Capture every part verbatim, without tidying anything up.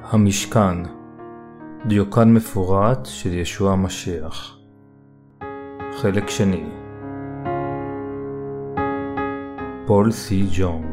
המשכן, דיוקן מפורט של ישוע המשיח. חלק שני. פול סי ג'ונג.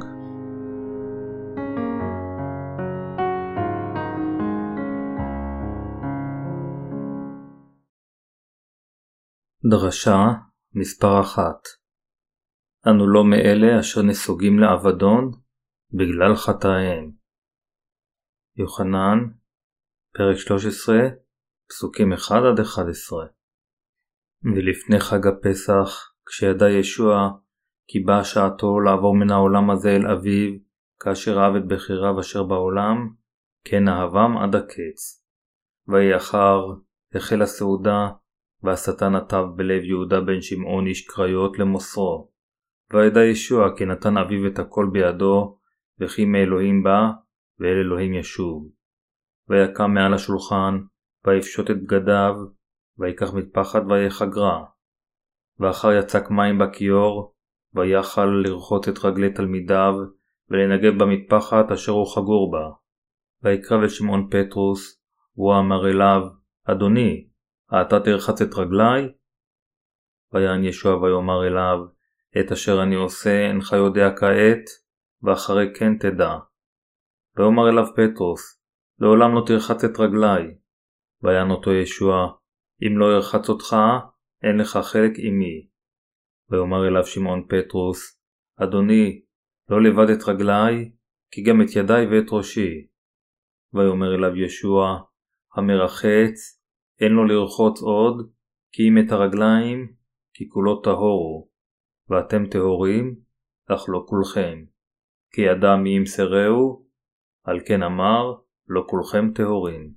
דרשה מספר אחת. אנו לא מאלה אשר נסוגים לאבדון בגלל חטאיהם. יוחנן, פרק שלוש עשרה, פסוקים אחד עד אחד עשרה. ולפני חג הפסח, כשידע ישוע כי באה שעתו לעבור מן העולם הזה אל אביו, כאשר אהב את בחיריו אשר בעולם, כן אהבם עד הקץ. ויהי אחר, החל הסעודה, והשטן נטב בלב יהודה בן שמעון איש קריות למוסרו. וידע ישוע כי נתן אביו את הכל בידו, וכי מאלוהים בא, ואל אלוהים ישוב. ויקם מעל השולחן, ויפשוט את בגדיו, ויקח מטפחת ויחגרה. ואחר יצק מים בכיור, ויחל לרחות את רגלי תלמידיו, ולנגב במטפחת אשר הוא חגור בה. ויקרב אל שמעון פטרוס, והוא אמר אליו, אדוני, אתה תרחץ את רגלי? ויען ישוע ויאמר אליו, את אשר אני עושה אינך יודע כעת, ואחרי כן תדע. ויאמר אליו פטרוס, לעולם לא תרחץ את רגלי. ויען אותו ישוע, אם לא ירחץ אותך, אין לך חלק עמי. ויאמר אליו שמעון פטרוס, אדוני, לא לבד את רגלי, כי גם את ידיי ואת ראשי. ויאמר אליו ישוע, המרחץ, אין לו לרחוץ עוד, כי אם את הרגליים, כי כולו טהורו. ואתם טהורים, אך לא כולכם. כי ידע מי ימסרהו, על כן אמר, לא כולכם טהורים.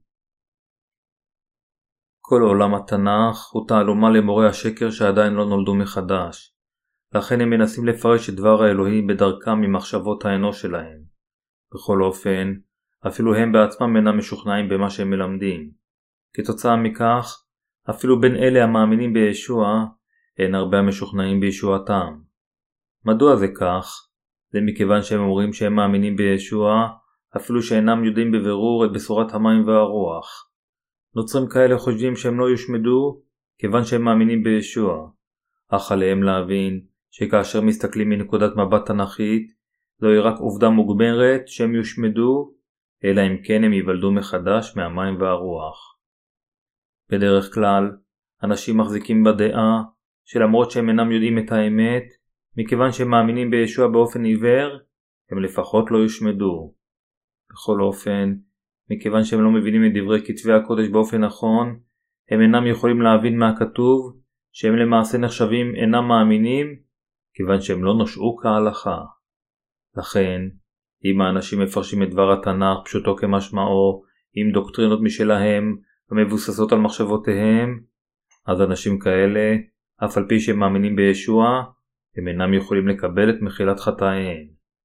כל עולם התנ"ך הוא תעלומה למורי השקר שעדיין לא נולדו מחדש. לכן הם מנסים לפרש את דבר האלוהים בדרכם ממחשבות האנוש שלהם. בכל אופן, אפילו הם בעצמם אינם משוכנעים במה שהם מלמדים. כתוצאה מכך, אפילו בין אלה המאמינים בישוע, אין הרבה המשוכנעים בישועתם. מדוע זה כך? זה מכיוון שהם אומרים שהם מאמינים בישוע, אפילו שאינם יודעים בבירור את בשורת המים והרוח. נוצרים כאלה חושבים שהם לא יושמדו, כיוון שהם מאמינים בישוע. אך עליהם להבין שכאשר מסתכלים מנקודת מבט תנ"כית, זוהי רק עובדה מוגמרת שהם יושמדו, אלא אם כן הם ייוולדו מחדש מהמים והרוח. בדרך כלל, אנשים מחזיקים בדעה שלמרות שהם אינם יודעים את האמת, מכיוון שהם מאמינים בישוע באופן עיוור, הם לפחות לא יושמדו. בכל אופן, מכיוון שהם לא מבינים את דברי כתבי הקודש באופן נכון, הם אינם יכולים להבין מה כתוב, שהם למעשה נחשבים אינם מאמינים, כיוון שהם לא נושעו כהלכה. לכן, אם האנשים מפרשים את דבר התנ"ך פשוטו כמשמעו, עם דוקטרינות משלהם, המבוססות על מחשבותיהם, אז אנשים כאלה, אף על פי שהם מאמינים בישוע, הם אינם יכולים לקבל את מחילת חטאיהם.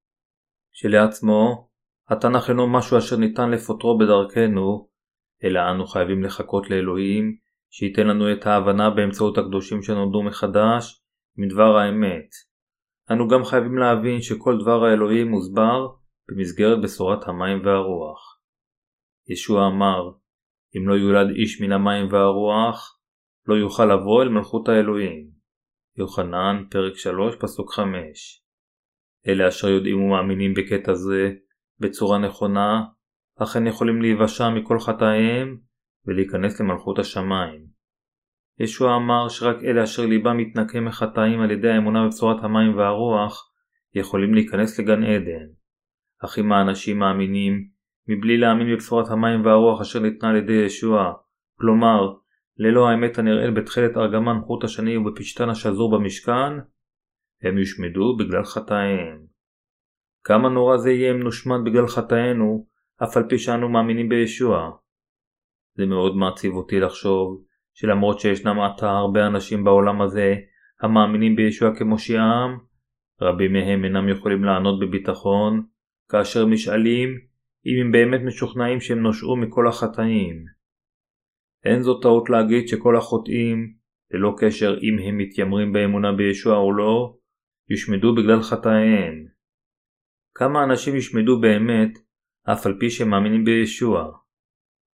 שלעצמו, התנ"ך אינו משהו אשר ניתן לפותרו בדרכנו, אלא אנו חייבים לחכות לאלוהים, שייתן לנו את ההבנה באמצעות הקדושים שנולדו מחדש, מדבר האמת. אנו גם חייבים להבין שכל דבר האלוהים מוסבר במסגרת בשורת המים והרוח. ישוע אמר, אם לא יולד איש מן המים והרוח, לא יוכל לבוא אל מלכות האלוהים. יוחנן, פרק שלוש, פסוק חמש. אלה אשר יודעים ומאמינים בקטע זה, בצורה נכונה, אכן יכולים להיוושע מכל חטאיהם ולהיכנס למלכות השמיים. ישוע אמר שרק אלה אשר ליבם מתנקה מחטאים על ידי האמונה בבשורת המים והרוח, יכולים להיכנס לגן עדן. אך אם האנשים מאמינים, מבלי להאמין בבשורת המים והרוח אשר ניתנה על ידי ישוע, כלומר, ללא האמת הנראית בתחילת ארגמן חוט השני ובפשתן השזור במשכן, הם יושמדו בגלל חטאיהם. כמה נורא זה יהיה אם נושמד בגלל חטאינו, אף על פי שאנו מאמינים בישוע. זה מאוד מעציב אותי לחשוב שלמרות שישנם עתה הרבה אנשים בעולם הזה המאמינים בישוע כמושיעם, רבים מהם אינם יכולים לענות בביטחון, כאשר משאלים אם הם באמת משוכנעים שהם נושעו מכל החטאים. אין זאת טעות להגיד שכל החוטאים, ללא קשר אם הם מתיימרים באמונה בישוע או לא, יושמדו בגלל חטאיהם. כמה אנשים ישמדו באמת, אף על פי שהם מאמינים בישוע?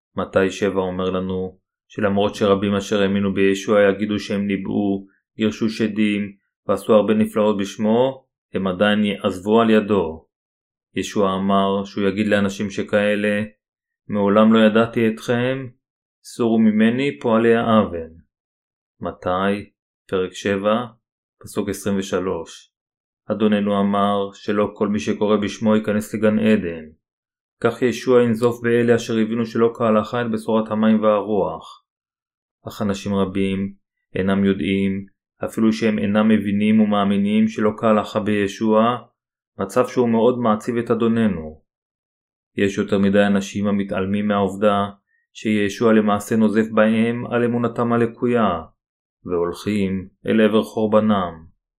מתי שבע אומר לנו שלמרות שרבים אשר האמינו בישוע יגידו שהם ניבאו, גירשו שדים ועשו הרבה נפלאות בשמו, הם עדיין יעזבו על ידו. ישוע אמר שהוא יגיד לאנשים שכאלה, מעולם לא ידעתי אתכם, סורו ממני פועלי האוון. מתי? פרק שבע, פסוק עשרים ושלוש. אדוננו אמר שלא כל מי שקורא בשמו ייכנס לגן עדן. כך ישוע ינזוף באלה אשר הבינו שלא כהלכה את בשורת המים והרוח. אך אנשים רבים אינם יודעים, אפילו שהם אינם מבינים ומאמינים שלא כהלכה בישוע, מצב שהוא מאוד מעציב את אדוננו. יש יותר מדי אנשים המתעלמים מהעובדה שישוע למעשה נוזף בהם על אמונתם הלקויה, והולכים אל עבר חורבנם.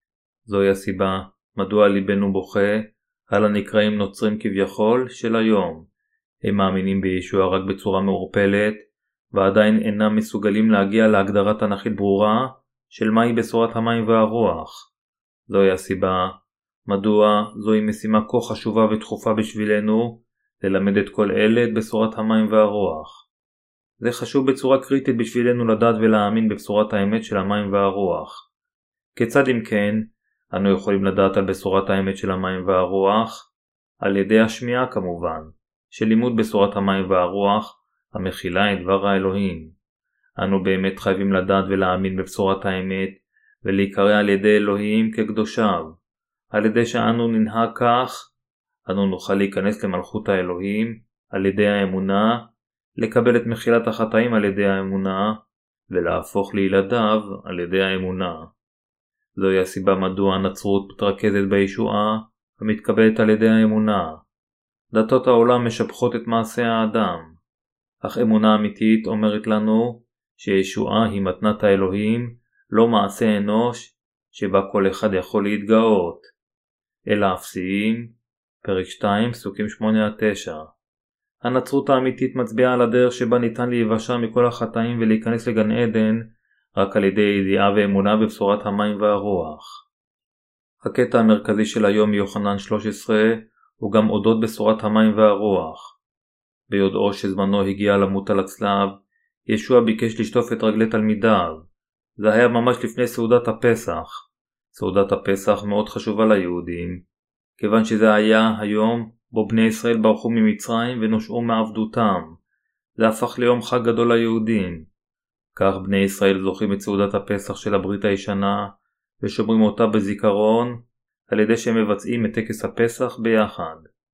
זוהי הסיבה מדוע ליבנו בוכה על הנקראים נוצרים כביכול של היום. הם מאמינים בישוע רק בצורה מעורפלת, ועדיין אינם מסוגלים להגיע להגדרה תנ"כית ברורה של מהי בשורת המים והרוח. זוהי הסיבה מדוע זוהי משימה כה חשובה ודחופה בשבילנו ללמד את כל אלה את בשורת המים והרוח. זה חשוב בצורה קריטית בשבילנו לדעת ולהאמין בבשורת האמת של המים והרוח. כיצד אם כן אנו יכולים לדעת על בשורת האמת של המים והרוח? על ידי השמיעה כמובן, של לימוד בשורת המים והרוח המכילה את דבר האלוהים. אנו באמת חייבים לדעת ולהאמין בבשורת האמת ולהיקרא על ידי אלוהים כקדושיו. על ידי שאנו ננהג כך, אנו נוכל להיכנס למלכות האלוהים על ידי האמונה, לקבל את מחילת החטאים על ידי האמונה, ולהפוך לילדיו על ידי האמונה. זוהי הסיבה מדוע הנצרות מתרכזת בישועה המתקבלת על ידי האמונה. דתות העולם משבחות את מעשה האדם, אך אמונה אמיתית אומרת לנו שישועה היא מתנת האלוהים, לא מעשה אנוש שבה כל אחד יכול להתגאות. אל האפסיים, פרק שתיים, פסוקים שמונה עד תשע. הנצרות האמיתית מצביעה על הדרך שבה ניתן להיוושע מכל החטאים ולהיכנס לגן עדן רק על ידי ידיעה ואמונה בבשורת המים והרוח. הקטע המרכזי של היום מיוחנן שלוש עשרה הוא גם אודות בשורת המים והרוח. ביודעו שזמנו הגיע למות על הצלב, ישוע ביקש לשטוף את רגלי תלמידיו. זה היה ממש לפני סעודת הפסח. סעודת הפסח מאוד חשובה ליהודים, כיוון שזה היה היום בו בני ישראל ברחו ממצרים ונושעו מעבדותם. זה הפך ליום חג גדול ליהודים. כך בני ישראל זוכים את סעודת הפסח של הברית הישנה ושומרים אותה בזיכרון על ידי שהם מבצעים את טקס הפסח ביחד.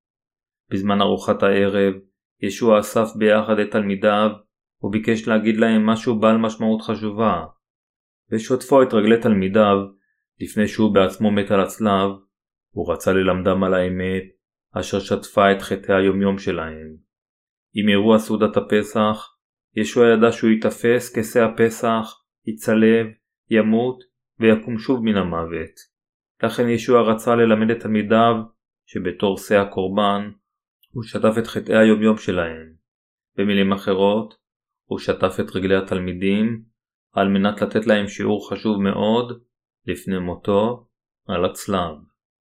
בזמן ארוחת הערב ישוע אסף ביחד את תלמידיו וביקש להגיד להם משהו בעל משמעות חשובה. ושוטפו את רגלי תלמידיו לפני שהוא בעצמו מת על הצלב, הוא רצה ללמדם על האמת אשר שטפה את חטאי היומיום שלהם. עם אירוע סעודת הפסח, ישוע ידע שהוא יתפס כשה הפסח, יצלב, ימות ויקום שוב מן המוות. לכן ישוע רצה ללמד את תלמידיו שבתור שה הקורבן הוא שטף את חטאי היומיום שלהם. במילים אחרות, הוא שטף את רגלי התלמידים על מנת לתת להם שיעור חשוב מאוד לפני מותו על הצלב.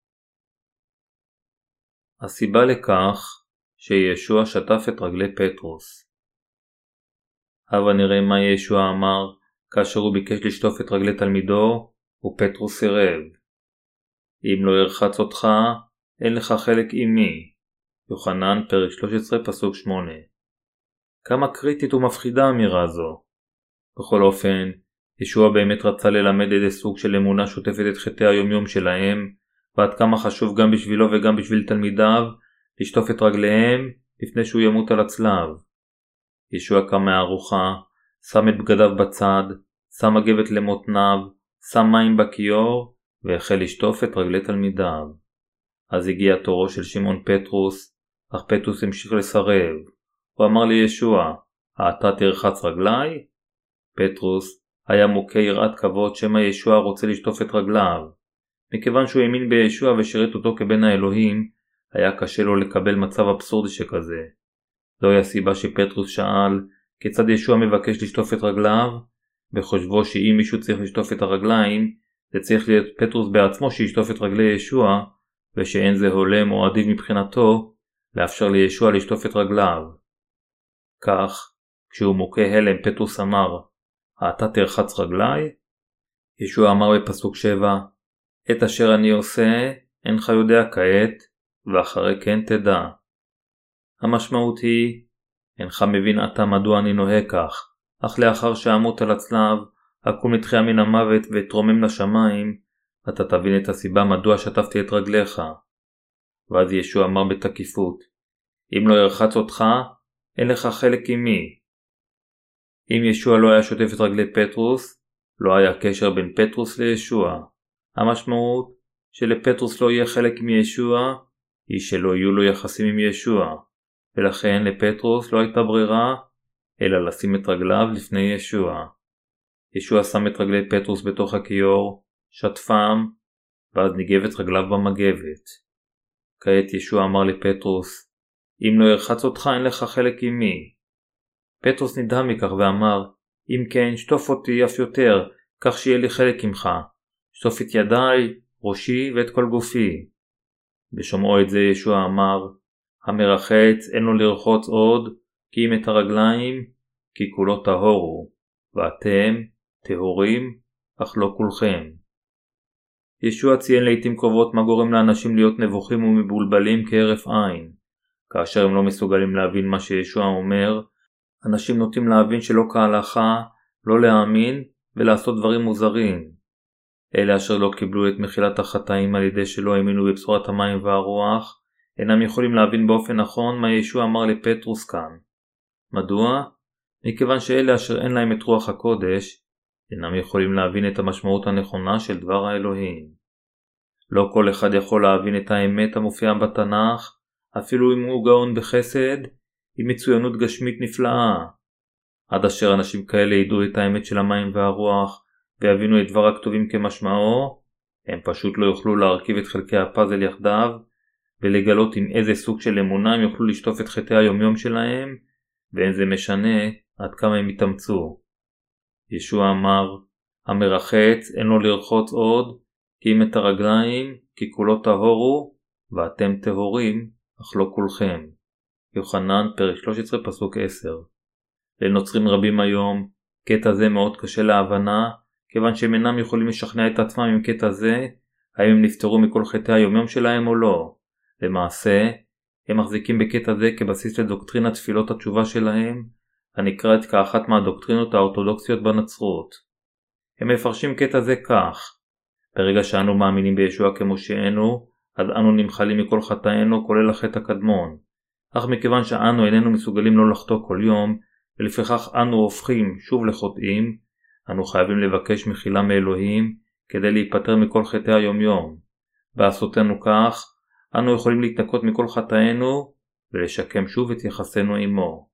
הסיבה לכך שישוע שטף את רגלי פטרוס. הבה נראה מה ישוע אמר כאשר הוא ביקש לשטוף את רגלי תלמידו ופטרוס סירב. אם לא ירחץ אותך, אין לך חלק עמי. יוחנן פרק שלוש עשרה פסוק שמונה. כמה קריטית ומפחידה אמירה זו. בכל אופן, ישוע באמת רצה ללמד איזה סוג של אמונה שוטפת את חטאי היומיום שלהם, ועד כמה חשוב גם בשבילו וגם בשביל תלמידיו לשטוף את רגליהם לפני שהוא ימות על הצלב. ישוע קם מהארוחה, שם את בגדיו בצד, שם מגבת למותניו, שם מים בכיור והחל לשטוף את רגלי תלמידיו. אז הגיע תורו של שמעון פטרוס, אך פטרוס המשיך לסרב. הוא אמר לישוע, אתה תרחץ רגלי? פטרוס היה מוכה יראת כבוד שמא ישוע רוצה לשטוף את רגליו. מכיוון שהוא האמין בישוע ושירת אותו כבן האלוהים, היה קשה לו לקבל מצב אבסורדי שכזה. זוהי הסיבה שפטרוס שאל כיצד ישוע מבקש לשטוף את רגליו, בחושבו שאם מישהו צריך לשטוף את הרגליים, זה צריך להיות פטרוס בעצמו שישטוף את רגלי ישוע, ושאין זה הולם או עדיף מבחינתו לאפשר לישוע לשטוף את רגליו. כך, כשהוא מוכה הלם פטרוס אמר, אתה תרחץ רגלי? ישוע אמר בפסוק שבע, את אשר אני עושה אינך יודע כעת, ואחרי כן תדע. המשמעות היא, אינך מבין אתה מדוע אני נוהג כך, אך לאחר שאמות על הצלב, אקום לתחייה מן המוות ותרומם לשמיים, אתה תבין את הסיבה מדוע שטפתי את רגליך. ואז ישוע אמר בתקיפות, אם לא ירחץ אותך, אין לך חלק עמי. אם ישוע לא היה שוטף את רגלי פטרוס, לא היה קשר בין פטרוס לישוע. המשמעות שלפטרוס לא יהיה חלק מישוע, היא שלא יהיו לו יחסים עם ישוע, ולכן לפטרוס לא הייתה ברירה, אלא לשים את רגליו לפני ישוע. ישוע שם את רגלי פטרוס בתוך הכיור, שטפם, ואז ניגב את רגליו במגבת. כעת ישוע אמר לפטרוס, אם לא ירחץ אותך אין לך חלק עמי. פטרוס נדהם מכך ואמר, אם כן שטוף אותי אף יותר, כך שיהיה לי חלק עמך. שטוף את ידיי, ראשי ואת כל גופי. בשומעו את זה ישוע אמר, המרחץ אין לו לרחוץ עוד, כי אם את הרגליים, כי כולו טהורו, ואתם טהורים, אך לא כולכם. ישוע ציין לעתים קרובות מה גורם לאנשים להיות נבוכים ומבולבלים כהרף עין. כאשר הם לא מסוגלים להבין מה שישוע אומר, אנשים נוטים להבין שלא כהלכה, לא להאמין ולעשות דברים מוזרים. אלה אשר לא קיבלו את מחילת החטאים על ידי שלא האמינו בבשורת המים והרוח, אינם יכולים להבין באופן נכון מה ישוע אמר לפטרוס כאן. מדוע? מכיוון שאלה אשר אין להם את רוח הקודש, אינם יכולים להבין את המשמעות הנכונה של דבר האלוהים. לא כל אחד יכול להבין את האמת המופיעה בתנ"ך, אפילו אם הוא גאון בחסד, עם מצוינות גשמית נפלאה. עד אשר אנשים כאלה ידעו את האמת של המים והרוח, ויבינו את דבר הכתובים כמשמעו, הם פשוט לא יוכלו להרכיב את חלקי הפאזל יחדיו, ולגלות עם איזה סוג של אמונה הם יוכלו לשטוף את חטאי היומיום שלהם, ואין זה משנה עד כמה הם יתאמצו. ישוע אמר, המרחץ אין לו לרחוץ עוד, כי אם את הרגליים, כי כולו טהורו, ואתם טהורים, אך לא כולכם. יוחנן פרק שלוש עשרה פסוק עשר. לנוצרים רבים היום, קטע זה מאוד קשה להבנה, כיוון שהם אינם יכולים לשכנע את עצמם עם קטע זה, האם הם נפטרו מכל חטאי היומיום שלהם או לא. למעשה, הם מחזיקים בקטע זה כבסיס לדוקטרינת תפילות התשובה שלהם, הנקראת כאחת מהדוקטרינות האורתודוקסיות בנצרות. הם מפרשים קטע זה כך, ברגע שאנו מאמינים בישוע כמושיענו, אז אנו נמחלים מכל חטאינו כולל החטא הקדמון. אך מכיוון שאנו איננו מסוגלים לא לחטוא כל יום, ולפיכך אנו הופכים שוב לחוטאים, אנו חייבים לבקש מחילה מאלוהים כדי להיפטר מכל חטאי היומיום. בעשותנו כך, אנו יכולים להתנקות מכל חטאינו ולשקם שוב את יחסנו עמו.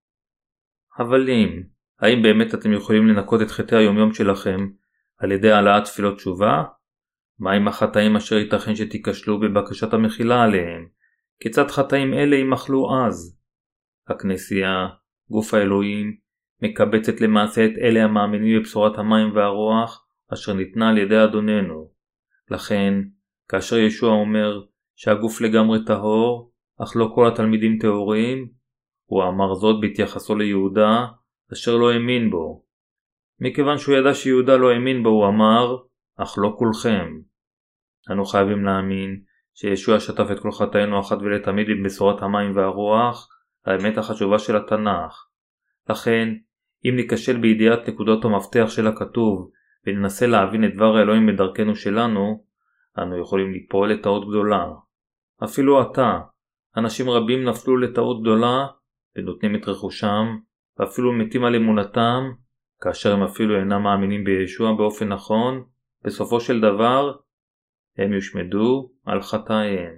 אבל אם, האם באמת אתם יכולים לנקות את חטאי היומיום שלכם על ידי העלאת תפילות תשובה? מה עם החטאים אשר ייתכן שתיכשלו בבקשת המחילה עליהם? כיצד חטאים אלה יימחלו אז? הכנסייה, גוף האלוהים, מקבצת למעשה את אלה המאמינים בבשורת המים והרוח אשר ניתנה על ידי אדוננו. לכן, כאשר ישוע אומר שהגוף לגמרי טהור, אך לא כל התלמידים טהורים, הוא אמר זאת בהתייחסו ליהודה, אשר לא האמין בו. מכיוון שהוא ידע שיהודה לא האמין בו, הוא אמר, אך לא כולכם. אנו חייבים להאמין שישוע שטף את כל חטאינו אחת ולתמיד בבשורת המים והרוח, האמת החשובה של התנ"ך. לכן, אם ניכשל בידיעת נקודות המפתח של הכתוב, וננסה להבין את דבר האלוהים בדרכנו שלנו, אנו יכולים ליפול לטעות גדולה. אפילו עתה, אנשים רבים נפלו לטעות גדולה, ונותנים את רכושם, ואפילו מתים על אמונתם, כאשר הם אפילו אינם מאמינים בישוע באופן נכון, בסופו של דבר, הם יושמדו על חטאיהם.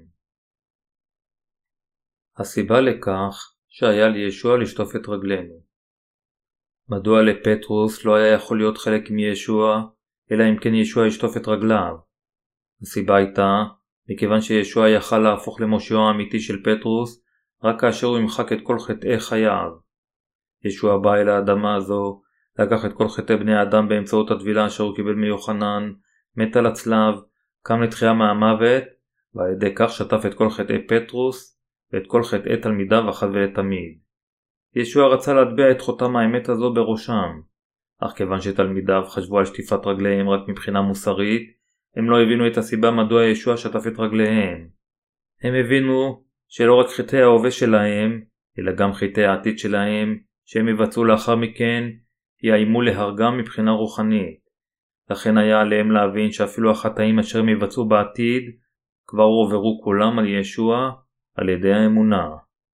הסיבה לכך שהיה לישוע לשטוף את רגלינו. מדוע לפטרוס לא היה יכול להיות חלק מישוע, אלא אם כן ישוע ישטוף את רגליו? הסיבה הייתה, מכיוון שישוע יכל להפוך למושיעו האמיתי של פטרוס, רק כאשר הוא ימחק את כל חטאי חייו. ישוע בא אל האדמה הזו, לקח את כל חטאי בני האדם באמצעות הטבילה אשר הוא קיבל מיוחנן, מת על הצלב, קם לתחייה מהמוות, ועל ידי כך שטף את כל חטאי פטרוס, ואת כל חטאי תלמידיו אחת ולתמיד. ישוע רצה להטביע את חותם האמת הזו בראשם, אך כיוון שתלמידיו חשבו על שטיפת רגליהם רק מבחינה מוסרית, הם לא הבינו את הסיבה מדוע ישוע שטף את רגליהם. הם הבינו שלא רק חטאי ההווה שלהם, אלא גם חטאי העתיד שלהם, שהם יבצעו לאחר מכן, יאיימו להרגם מבחינה רוחנית. לכן היה עליהם להבין שאפילו החטאים אשר הם יבצעו בעתיד, כבר עוברו כולם על ישוע על ידי האמונה.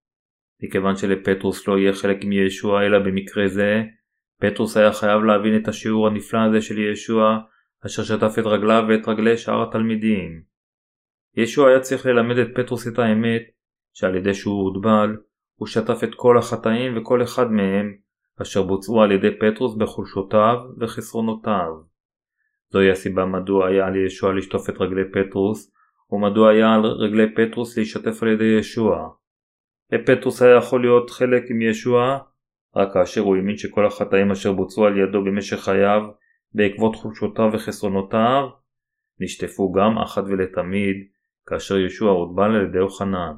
מכיוון שלפטרוס לא יהיה חלק עם ישוע אלא במקרה זה, פטרוס היה חייב להבין את השיעור הנפלא הזה של ישוע, אשר שטף את רגליו ואת רגלי שאר התלמידים. ישוע היה צריך ללמד את פטרוס את האמת, שעל ידי שהוא הוטבל, הוא שטף את כל החטאים וכל אחד מהם, אשר בוצעו על ידי פטרוס בחולשותיו וחסרונותיו. זוהי הסיבה מדוע היה על ישוע לשטוף את רגלי פטרוס, ומדוע היה על רגלי פטרוס להשתף על ידי ישוע. לפטרוס היה יכול להיות חלק עם ישוע, רק כאשר הוא האמין שכל החטאים אשר בוצעו על ידו במשך חייו, בעקבות חולשותיו וחסרונותיו, נשטפו גם אחת ולתמיד, כאשר ישוע הוטבל על ידי יוחנן.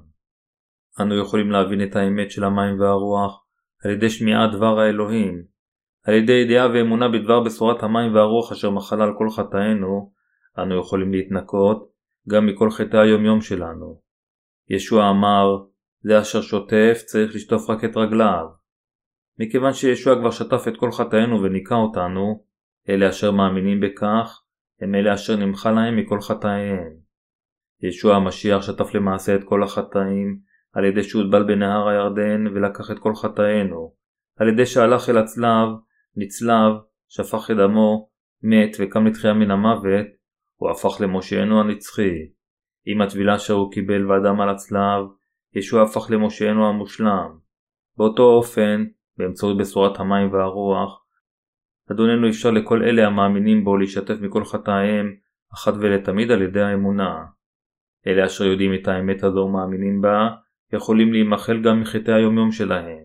אנו יכולים להבין את האמת של המים והרוח, על ידי שמיעת דבר האלוהים, על ידי ידיעה ואמונה בדבר בשורת המים והרוח אשר מחלה על כל חטאינו, אנו יכולים להתנקות גם מכל חטאי היומיום שלנו. ישוע אמר, זה אשר שוטף צריך לשטוף רק את רגליו. מכיוון שישוע כבר שטף את כל חטאינו וניקה אותנו, אלה אשר מאמינים בכך, הם אלה אשר נמחה להם מכל חטאיהם. ישוע המשיח שטף למעשה את כל החטאים, על ידי שהוטבל בנהר הירדן ולקח את כל חטאינו, על ידי שהלך אל הצלב, נצלב, שפך את דמו, מת וקם לתחייה מן המוות, הוא הפך למושיענו הנצחי. עם הטבילה אשר הוא קיבל ואדם על הצלב, ישוע הפך למושיענו המושלם. באותו אופן, באמצעות בשורת המים והרוח, אדוננו אפשר לכל אלה המאמינים בו להשתף מכל חטאיהם, אחת ולתמיד על ידי האמונה. אלה אשר יודעים את האמת הזו ומאמינים בה, יכולים להימחל גם מחטאי היומיום שלהם.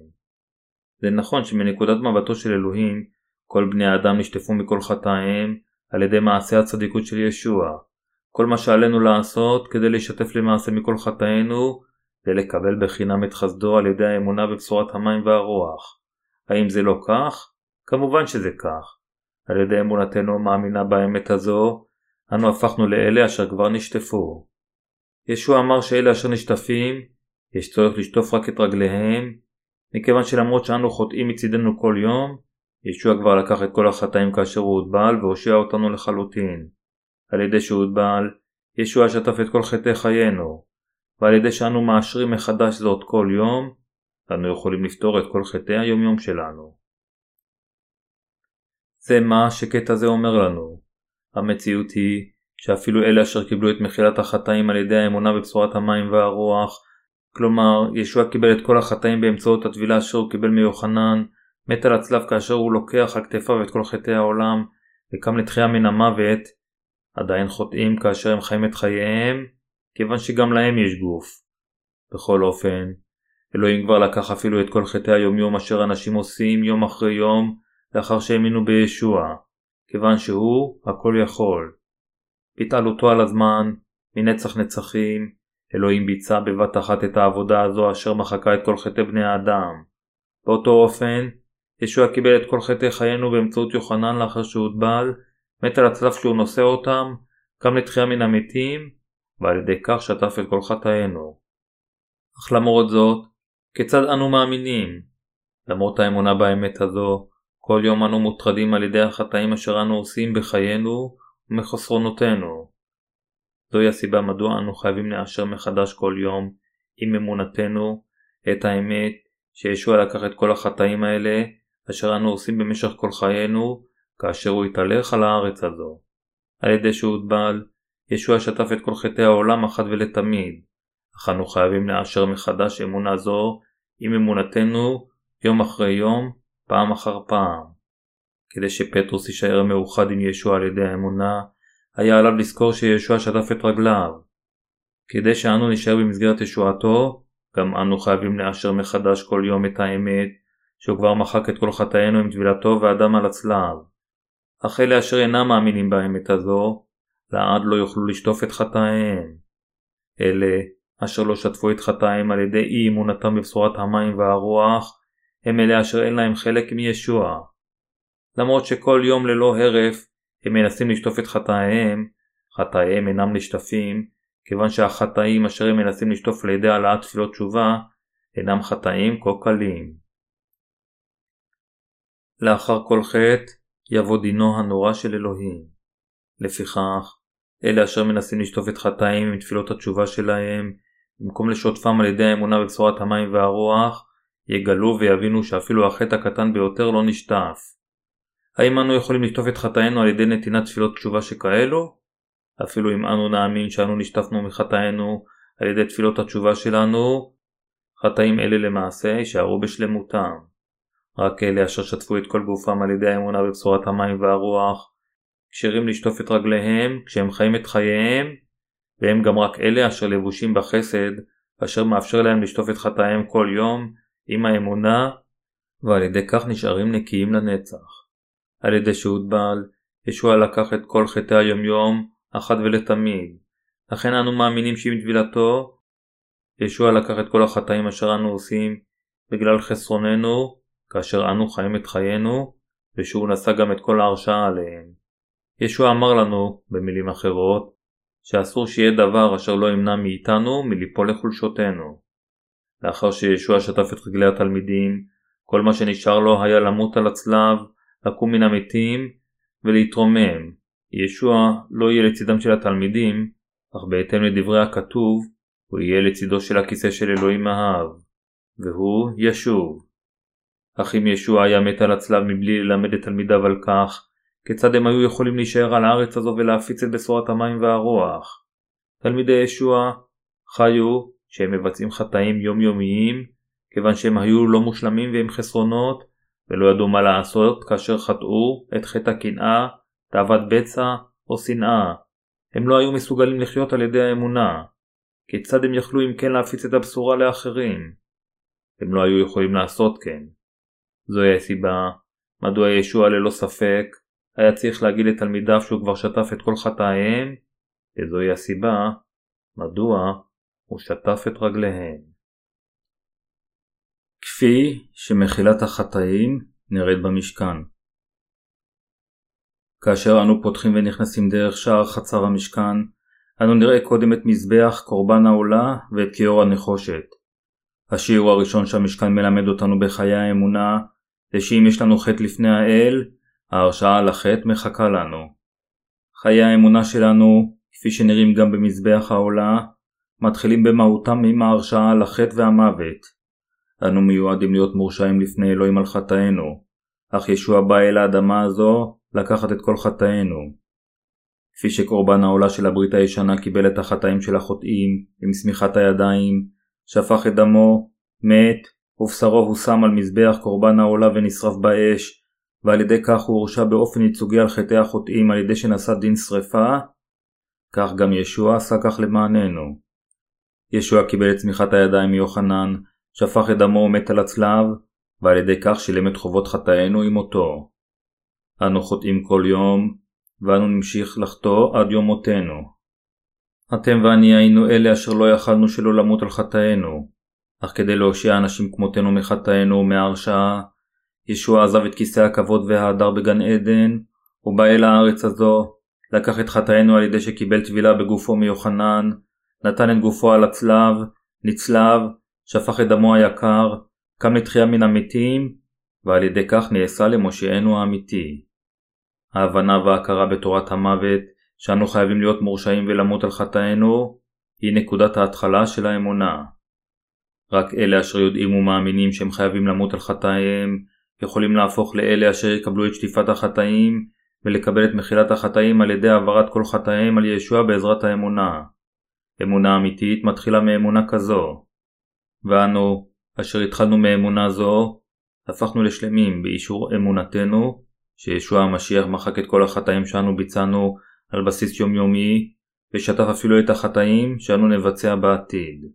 זה נכון שמנקודת מבטו של אלוהים, כל בני האדם נשטפו מכל חטאיהם על ידי מעשה הצדיקות של ישוע. כל מה שעלינו לעשות כדי להשתף למעשה מכל חטאינו, זה לקבל בחינם את חסדו על ידי האמונה בבשורת המים והרוח. האם זה לא כך? כמובן שזה כך. על ידי אמונתנו מאמינה באמת הזו, אנו הפכנו לאלה אשר כבר נשטפו. ישוע אמר שאלה אשר נשטפים, יש צורך לשטוף רק את רגליהם, מכיוון שלמרות שאנו חוטאים מצידנו כל יום, ישוע כבר לקח את כל החטאים כאשר הוא הוטבל והושיע אותנו לחלוטין. על ידי שהוא הוטבל, ישוע שטף את כל חטאי חיינו, ועל ידי שאנו מאשרים מחדש זאת כל יום, אנו יכולים לפתור את כל חטאי היומיום שלנו. זה מה שקטע זה אומר לנו. המציאות היא שאפילו אלה אשר קיבלו את מחילת החטאים על ידי האמונה בבשורת המים והרוח, כלומר, ישוע קיבל את כל החטאים באמצעות הטבילה אשר הוא קיבל מיוחנן, מת על הצלב כאשר הוא לוקח על כתפיו את כל חטאי העולם, וקם לתחייה מן המוות, עדיין חוטאים כאשר הם חיים את חייהם, כיוון שגם להם יש גוף. בכל אופן, אלוהים כבר לקח אפילו את כל חטאי היומיום אשר אנשים עושים יום אחרי יום, לאחר שהאמינו בישוע, כיוון שהוא הכל יכול. בהתעלותו על הזמן, מנצח נצחים, אלוהים ביצע בבת אחת את העבודה הזו אשר מחקה את כל חטאי בני האדם. באותו אופן, ישוע קיבל את כל חטאי חיינו באמצעות יוחנן לאחר שהוא הוטבל, מת על הצלב שהוא נושא אותם, קם לתחייה מן המתים, ועל ידי כך שטף את כל חטאינו. אך למרות זאת, כיצד אנו מאמינים? למרות האמונה באמת הזו, כל יום אנו מוטרדים על ידי החטאים אשר אנו עושים בחיינו ומחסרונותינו. זוהי הסיבה מדוע אנו חייבים לאשר מחדש כל יום, עם אמונתנו, את האמת שישוע לקח את כל החטאים האלה, אשר אנו עושים במשך כל חיינו, כאשר הוא התהלך על הארץ הזו. על ידי שהוא הוטבל, ישוע שטף את כל חטאי העולם אחת ולתמיד, אך אנו חייבים לאשר מחדש אמונה זו, עם אמונתנו, יום אחרי יום, פעם אחר פעם. כדי שפטרוס יישאר מאוחד עם ישוע על ידי האמונה, היה עליו לזכור שישוע שטף את רגליו. כדי שאנו נשאר במסגרת ישועתו, גם אנו חייבים לאשר מחדש כל יום את האמת, שהוא כבר מחק את כל חטאינו עם טבילתו ואדם על הצלב. אך אלה אשר אינם מאמינים באמת הזו, לעד לא יוכלו לשטוף את חטאיהם. אלה אשר לא שטפו את חטאיהם על ידי אי אמונתם בבשורת המים והרוח, הם אלה אשר אין להם חלק מישוע. למרות שכל יום ללא הרף הם מנסים לשטוף את חטאיהם, חטאיהם אינם נשטפים, כיוון שהחטאים אשר הם מנסים לשטוף לידי העלאת תפילות תשובה, אינם חטאים כה קלים. לאחר כל חטא יבוא דינו הנורא של אלוהים. לפיכך, אלה אשר מנסים לשטוף את חטאים עם תפילות התשובה שלהם, במקום לשוטפם על ידי האמונה בבשורת המים והרוח, יגלו ויבינו שאפילו החטא הקטן ביותר לא נשטף. האם אנו יכולים לשטוף את חטאינו על ידי נתינת תפילות תשובה שכאלו? אפילו אם אנו נאמין שאנו נשטפנו מחטאינו על ידי תפילות התשובה שלנו, חטאים אלה למעשה יישארו בשלמותם. רק אלה אשר שטפו את כל גופם על ידי האמונה בבשורת המים והרוח, כשרים לשטוף את רגליהם כשהם חיים את חייהם, והם גם רק אלה אשר לבושים בחסד, אשר מאפשר להם לשטוף את חטאיהם כל יום עם האמונה, ועל ידי כך נשארים נקיים לנצח. על ידי שהות בעל, ישוע לקח את כל חטאי היומיום אחת ולתמיד. לכן אנו מאמינים שעם טבילתו, ישוע לקח את כל החטאים אשר אנו עושים בגלל חסרוננו, כאשר אנו חיים את חיינו, ושהוא נשא גם את כל ההרשעה עליהם. ישוע אמר לנו, במילים אחרות, שאסור שיהיה דבר אשר לא ימנע מאיתנו מליפול לחולשותנו. לאחר שישוע שטף את רגלי התלמידים, כל מה שנשאר לו היה למות על הצלב, לקום מן המתים ולהתרומם. ישוע לא יהיה לצידם של התלמידים, אך בהתאם לדברי הכתוב, הוא יהיה לצידו של הכיסא של אלוהים האב, והוא ישוב. אך אם ישוע היה מת על הצלב מבלי ללמד את תלמידיו על כך, כיצד הם היו יכולים להישאר על הארץ הזו ולהפיץ את בשורת המים והרוח? תלמידי ישוע חיו שהם מבצעים חטאים יומיומיים, כיוון שהם היו לא מושלמים והם חסרונות, ולא ידעו מה לעשות כאשר חטאו את חטא הקנאה, תאוות בצע או שנאה. הם לא היו מסוגלים לחיות על ידי האמונה. כיצד הם יכלו אם כן להפיץ את הבשורה לאחרים? הם לא היו יכולים לעשות כן. זוהי הסיבה מדוע ישוע ללא ספק היה צריך להגיד לתלמידיו שהוא כבר שטף את כל חטאיהם, וזוהי הסיבה מדוע הוא שטף את רגליהם. כפי שמחילת החטאים נראית במשכן. כאשר אנו פותחים ונכנסים דרך שער חצר המשכן, אנו נראה קודם את מזבח קורבן העולה ואת כיור הנחושת. השיעור הראשון שהמשכן מלמד אותנו בחיי האמונה, זה שאם יש לנו חטא לפני האל, ההרשעה על החטא מחכה לנו. חיי האמונה שלנו, כפי שנראים גם במזבח העולה, מתחילים במהותם עם ההרשעה על החטא והמוות. אנו מיועדים להיות מורשעים לפני אלוהים על חטאינו, אך ישוע בא אל האדמה הזו לקחת את כל חטאינו. כפי שקורבן העולה של הברית הישנה קיבל את החטאים של החוטאים עם סמיכת הידיים, שפך את דמו, מת, ובשרו הושם על מזבח קורבן העולה ונשרף באש, ועל ידי כך הוא הורשע באופן ייצוגי על חטאי החוטאים על ידי שנשא דין שריפה, כך גם ישוע עשה כך למעננו. ישוע קיבל את סמיכת הידיים מיוחנן, שפך את דמו ומת על הצלב, ועל ידי כך שילם את חובות חטאינו עם מותו. אנו חוטאים כל יום, ואנו נמשיך לחטוא עד יום מותנו. אתם ואני היינו אלה אשר לא יכלנו שלא למות על חטאינו, אך כדי להושיע אנשים כמותנו מחטאינו ומהרשעה, ישוע עזב את כיסא הכבוד וההדר בגן עדן, ובא אל הארץ הזו, לקח את חטאינו על ידי שקיבל טבילה בגופו מיוחנן, נתן את גופו על הצלב, נצלב, שפך את דמו היקר, קם לתחייה מן המתים, ועל ידי כך נעשה למושיענו האמיתי. ההבנה וההכרה בתורת המוות, שאנו חייבים להיות מורשעים ולמות על חטאינו, היא נקודת ההתחלה של האמונה. רק אלה אשר יודעים ומאמינים שהם חייבים למות על חטאיהם, יכולים להפוך לאלה אשר יקבלו את שטיפת החטאים, ולקבל את מחילת החטאים על ידי העברת כל חטאים על ישוע בעזרת האמונה. אמונה אמיתית מתחילה מאמונה כזו. ואנו, אשר התחלנו מאמונה זו, הפכנו לשלמים באישור אמונתנו, שישוע המשיח מחק את כל החטאים שאנו ביצענו על בסיס יומיומי, ושטף אפילו את החטאים שאנו נבצע בעתיד.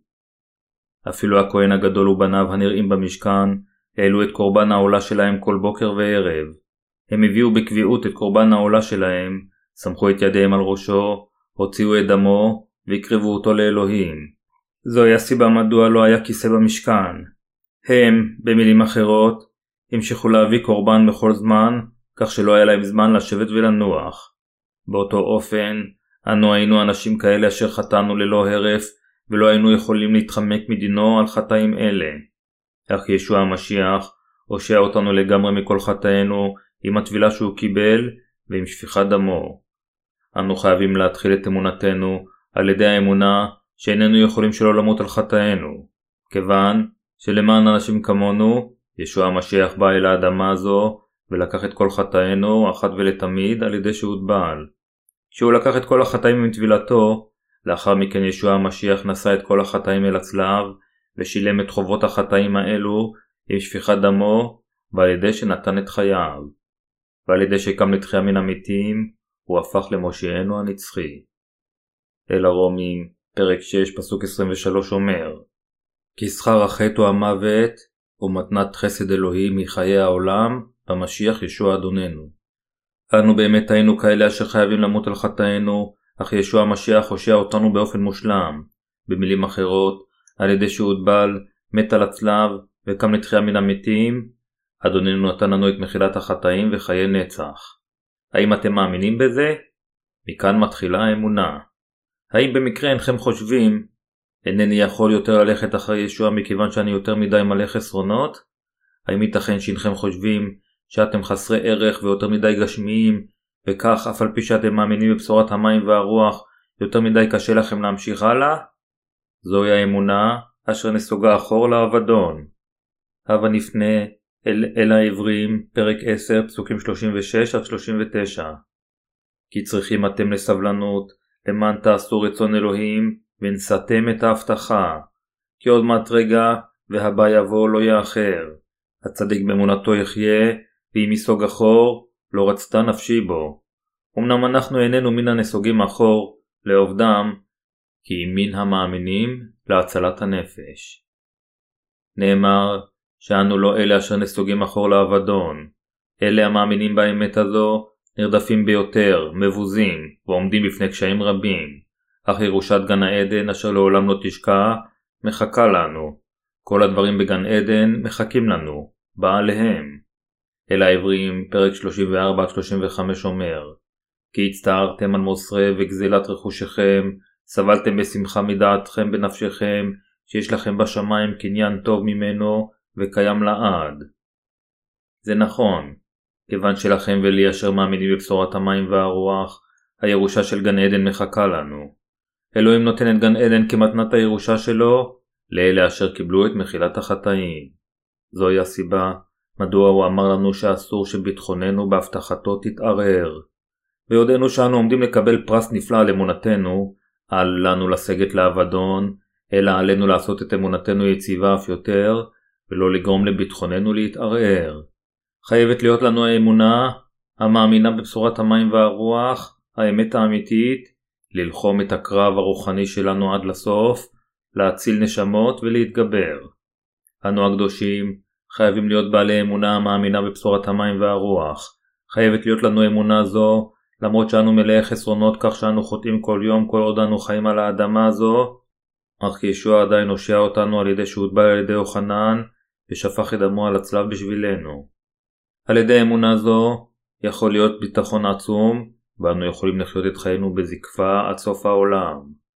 אפילו הכהן הגדול ובניו הנראים במשכן, העלו את קורבן העולה שלהם כל בוקר וערב. הם הביאו בקביעות את קורבן העולה שלהם, סמכו את ידיהם על ראשו, הוציאו את דמו, והקריבו אותו לאלוהים. זוהי הסיבה מדוע לא היה כיסא במשכן. הם, במילים אחרות, המשיכו להביא קורבן בכל זמן, כך שלא היה להם זמן לשבת ולנוח. באותו אופן, אנו היינו אנשים כאלה אשר חטאנו ללא הרף, ולא היינו יכולים להתחמק מדינו על חטאים אלה. אך ישוע המשיח הושע אותנו לגמרי מכל חטאינו עם הטבילה שהוא קיבל ועם שפיכת דמו. אנו חייבים להתחיל את אמונתנו על ידי האמונה שאיננו יכולים שלא למות על חטאינו, כיוון שלמען אנשים כמונו, ישוע המשיח בא אל האדמה הזו ולקח את כל חטאינו אחת ולתמיד על ידי שהוטבל. כשהוא לקח את כל החטאים עם טבילתו, לאחר מכן ישוע המשיח נשא את כל החטאים אל הצלב ושילם את חובות החטאים האלו עם שפיכת דמו, ועל ידי שנתן את חייו. ועל ידי שקם לתחייה מן המתים, הוא הפך למושיענו הנצחי. אל הרומים, פרק שש, פסוק עשרים ושלוש אומר, כי שכר החטא הוא המוות, ומתנת חסד אלוהי מחיי העולם, במשיח ישוע אדוננו. אנו באמת היינו כאלה אשר חייבים למות על חטאינו, אך ישוע המשיח הושע אותנו באופן מושלם. במילים אחרות, על ידי שהוטבל, מת על הצלב, וקם לתחייה מן המתים, אדוננו נתן לנו את מחילת החטאים וחיי נצח. האם אתם מאמינים בזה? מכאן מתחילה האמונה. האם במקרה אינכם חושבים, אינני יכול יותר ללכת אחרי ישוע מכיוון שאני יותר מדי מלא חסרונות? האם ייתכן שאינכם חושבים שאתם חסרי ערך ויותר מדי גשמיים, וכך אף על פי שאתם מאמינים בבשורת המים והרוח, יותר מדי קשה לכם להמשיך הלאה? זוהי האמונה אשר נסוגה אחור לאבדון. הבה נפנה אל, אל העברים, פרק עשר, פסוקים שלושים ושש עד שלושים ותשע. כי צריכים אתם לסבלנות, למען תעשו רצון אלוהים, ונשאתם את ההבטחה. כי עוד מעט רגע, והבא יבוא לא יאחר. הצדיק באמונתו יחיה, ואם יסוג אחור, לא רצתה נפשי בו. אמנם אנחנו איננו מן הנסוגים אחור, לעובדם, כי אם מן המאמינים להצלת הנפש. נאמר שאנו לא אלה אשר נסוגים אחור לאבדון. אלה המאמינים באמת הזו נרדפים ביותר, מבוזים, ועומדים בפני קשיים רבים. אך ירושת גן העדן אשר לעולם לא תשקע, מחכה לנו. כל הדברים בגן עדן מחכים לנו, בעליהם. אל העברים, פרק שלושים וארבע עד שלושים וחמש אומר, כי הצטערתם על מוסרי וגזילת רכושכם, סבלתם בשמחה מדעתכם בנפשכם, שיש לכם בשמיים קניין טוב ממנו וקיים לעד. זה נכון, כיוון שלכם ולי אשר מאמינים בבשורת המים והרוח, הירושה של גן עדן מחכה לנו. אלוהים נותן את גן עדן כמתנת הירושה שלו, לאלה אשר קיבלו את מחילת החטאים. זוהי הסיבה מדוע הוא אמר לנו שאסור שביטחוננו בהבטחתו תתערער. ויודענו שאנו עומדים לקבל פרס נפלא על אמונתנו, אל לנו לסגת לאבדון, אלא עלינו לעשות את אמונתנו יציבה אף יותר, ולא לגרום לביטחוננו להתערער. חייבת להיות לנו האמונה, המאמינה בבשורת המים והרוח, האמת האמיתית, ללחום את הקרב הרוחני שלנו עד לסוף, להציל נשמות ולהתגבר. אנו הקדושים חייבים להיות בעלי אמונה המאמינה בבשורת המים והרוח. חייבת להיות לנו אמונה זו, למרות שאנו מלאי חסרונות כך שאנו חוטאים כל יום כל עוד אנו חיים על האדמה הזו, אך ישוע עדיין הושע אותנו על ידי שהוטבל על ידי יוחנן ושפך את דמו על הצלב בשבילנו. על ידי אמונה זו יכול להיות ביטחון עצום, ואנו יכולים לחיות את חיינו בזקפה עד סוף העולם.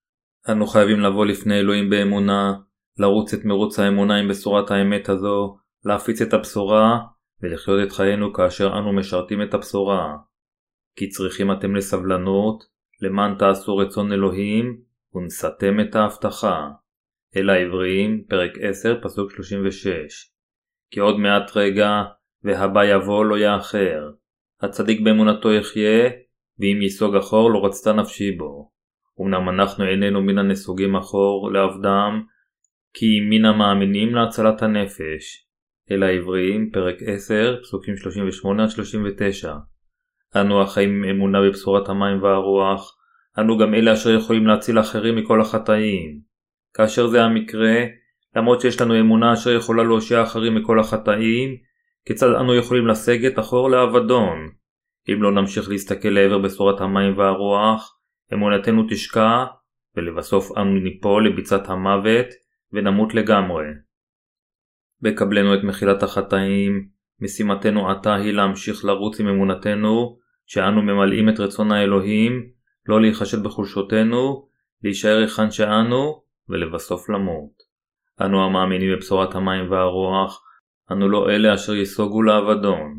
אנו חייבים לבוא לפני אלוהים באמונה, לרוץ את מרוץ האמונה עם בשורת האמת הזו, להפיץ את הבשורה ולחיות את חיינו כאשר אנו משרתים את הבשורה. כי צריכים אתם לסבלנות, למען תעשו רצון אלוהים, ונשאתם את ההבטחה. אל העברים, פרק עשר, פסוק שלושים ושש. כי עוד מעט רגע, והבא יבוא לא יאחר. הצדיק באמונתו יחיה, ואם יסוג אחור לא רצתה נפשי בו. אמנם אנחנו איננו מן הנסוגים אחור לעבדם, כי מן המאמינים להצלת הנפש. אל העברים, פרק עשר, פסוקים שלושים ושמונה עד שלושים ותשע. אנו החיים עם אמונה בבשורת המים והרוח, אנו גם אלה אשר יכולים להציל אחרים מכל החטאים. כאשר זה המקרה, למרות שיש לנו אמונה אשר יכולה להושיע אחרים מכל החטאים, כיצד אנו יכולים לסגת אחור לאבדון? אם לא נמשיך להסתכל לעבר בשורת המים והרוח, אמונתנו תשקע, ולבסוף אנו ניפול לביצת המוות ונמות לגמרי. בקבלנו את מחילת החטאים, משימתנו עתה היא להמשיך לרוץ עם אמונתנו, שאנו ממלאים את רצון האלוהים, לא להיחשד בחולשותנו, להישאר היכן שאנו, ולבסוף למות. אנו המאמינים בבשורת המים והרוח, אנו לא אלה אשר יסוגו לאבדון.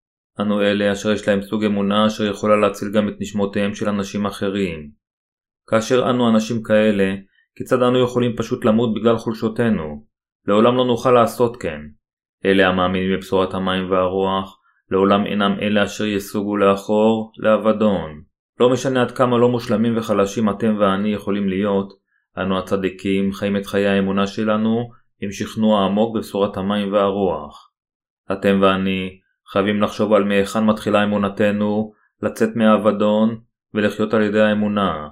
אנו אלה אשר יש להם סוג אמונה אשר יכולה להציל גם את נשמותיהם של אנשים אחרים. כאשר אנו אנשים כאלה, כיצד אנו יכולים פשוט למות בגלל חולשותנו? לעולם לא נוכל לעשות כן. אלה המאמינים בבשורת המים והרוח, לעולם אינם אלה אשר יסוגו לאחור, לאבדון. לא משנה עד כמה לא מושלמים וחלשים אתם ואני יכולים להיות, אנו הצדיקים חיים את חיי האמונה שלנו עם שכנוע עמוק בבשורת המים והרוח. אתם ואני חייבים לחשוב על מהיכן מתחילה אמונתנו, לצאת מהאבדון ולחיות על ידי האמונה.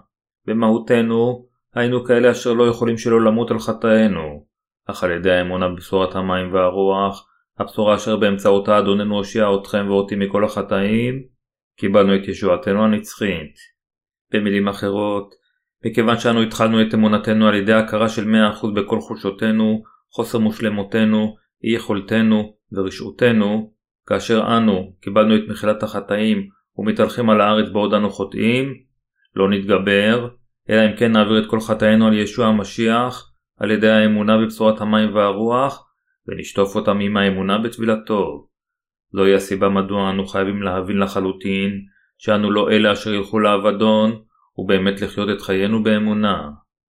במהותנו היינו כאלה אשר לא יכולים שלא למות על חטאינו, אך על ידי האמונה בבשורת המים והרוח, הבשורה אשר באמצעותה אדוננו הושיע אתכם ואותי מכל החטאים, קיבלנו את ישועתנו הנצחית. במילים אחרות, מכיוון שאנו התחלנו את אמונתנו על ידי הכרה של מאה אחוז בכל חולשותנו, חוסר מושלמותנו, אי יכולתנו ורשעותנו, כאשר אנו קיבלנו את מחילת החטאים ומתהלכים על הארץ בעוד אנו חוטאים, לא נתגבר, אלא אם כן נעביר את כל חטאינו על ישוע המשיח, על ידי האמונה בבשורת המים והרוח, ונשטוף אותם עם האמונה בתפילתו. זוהי הסיבה מדוע אנו חייבים להבין לחלוטין, שאנו לא אלה אשר ילכו לאבדון, ובאמת לחיות את חיינו באמונה.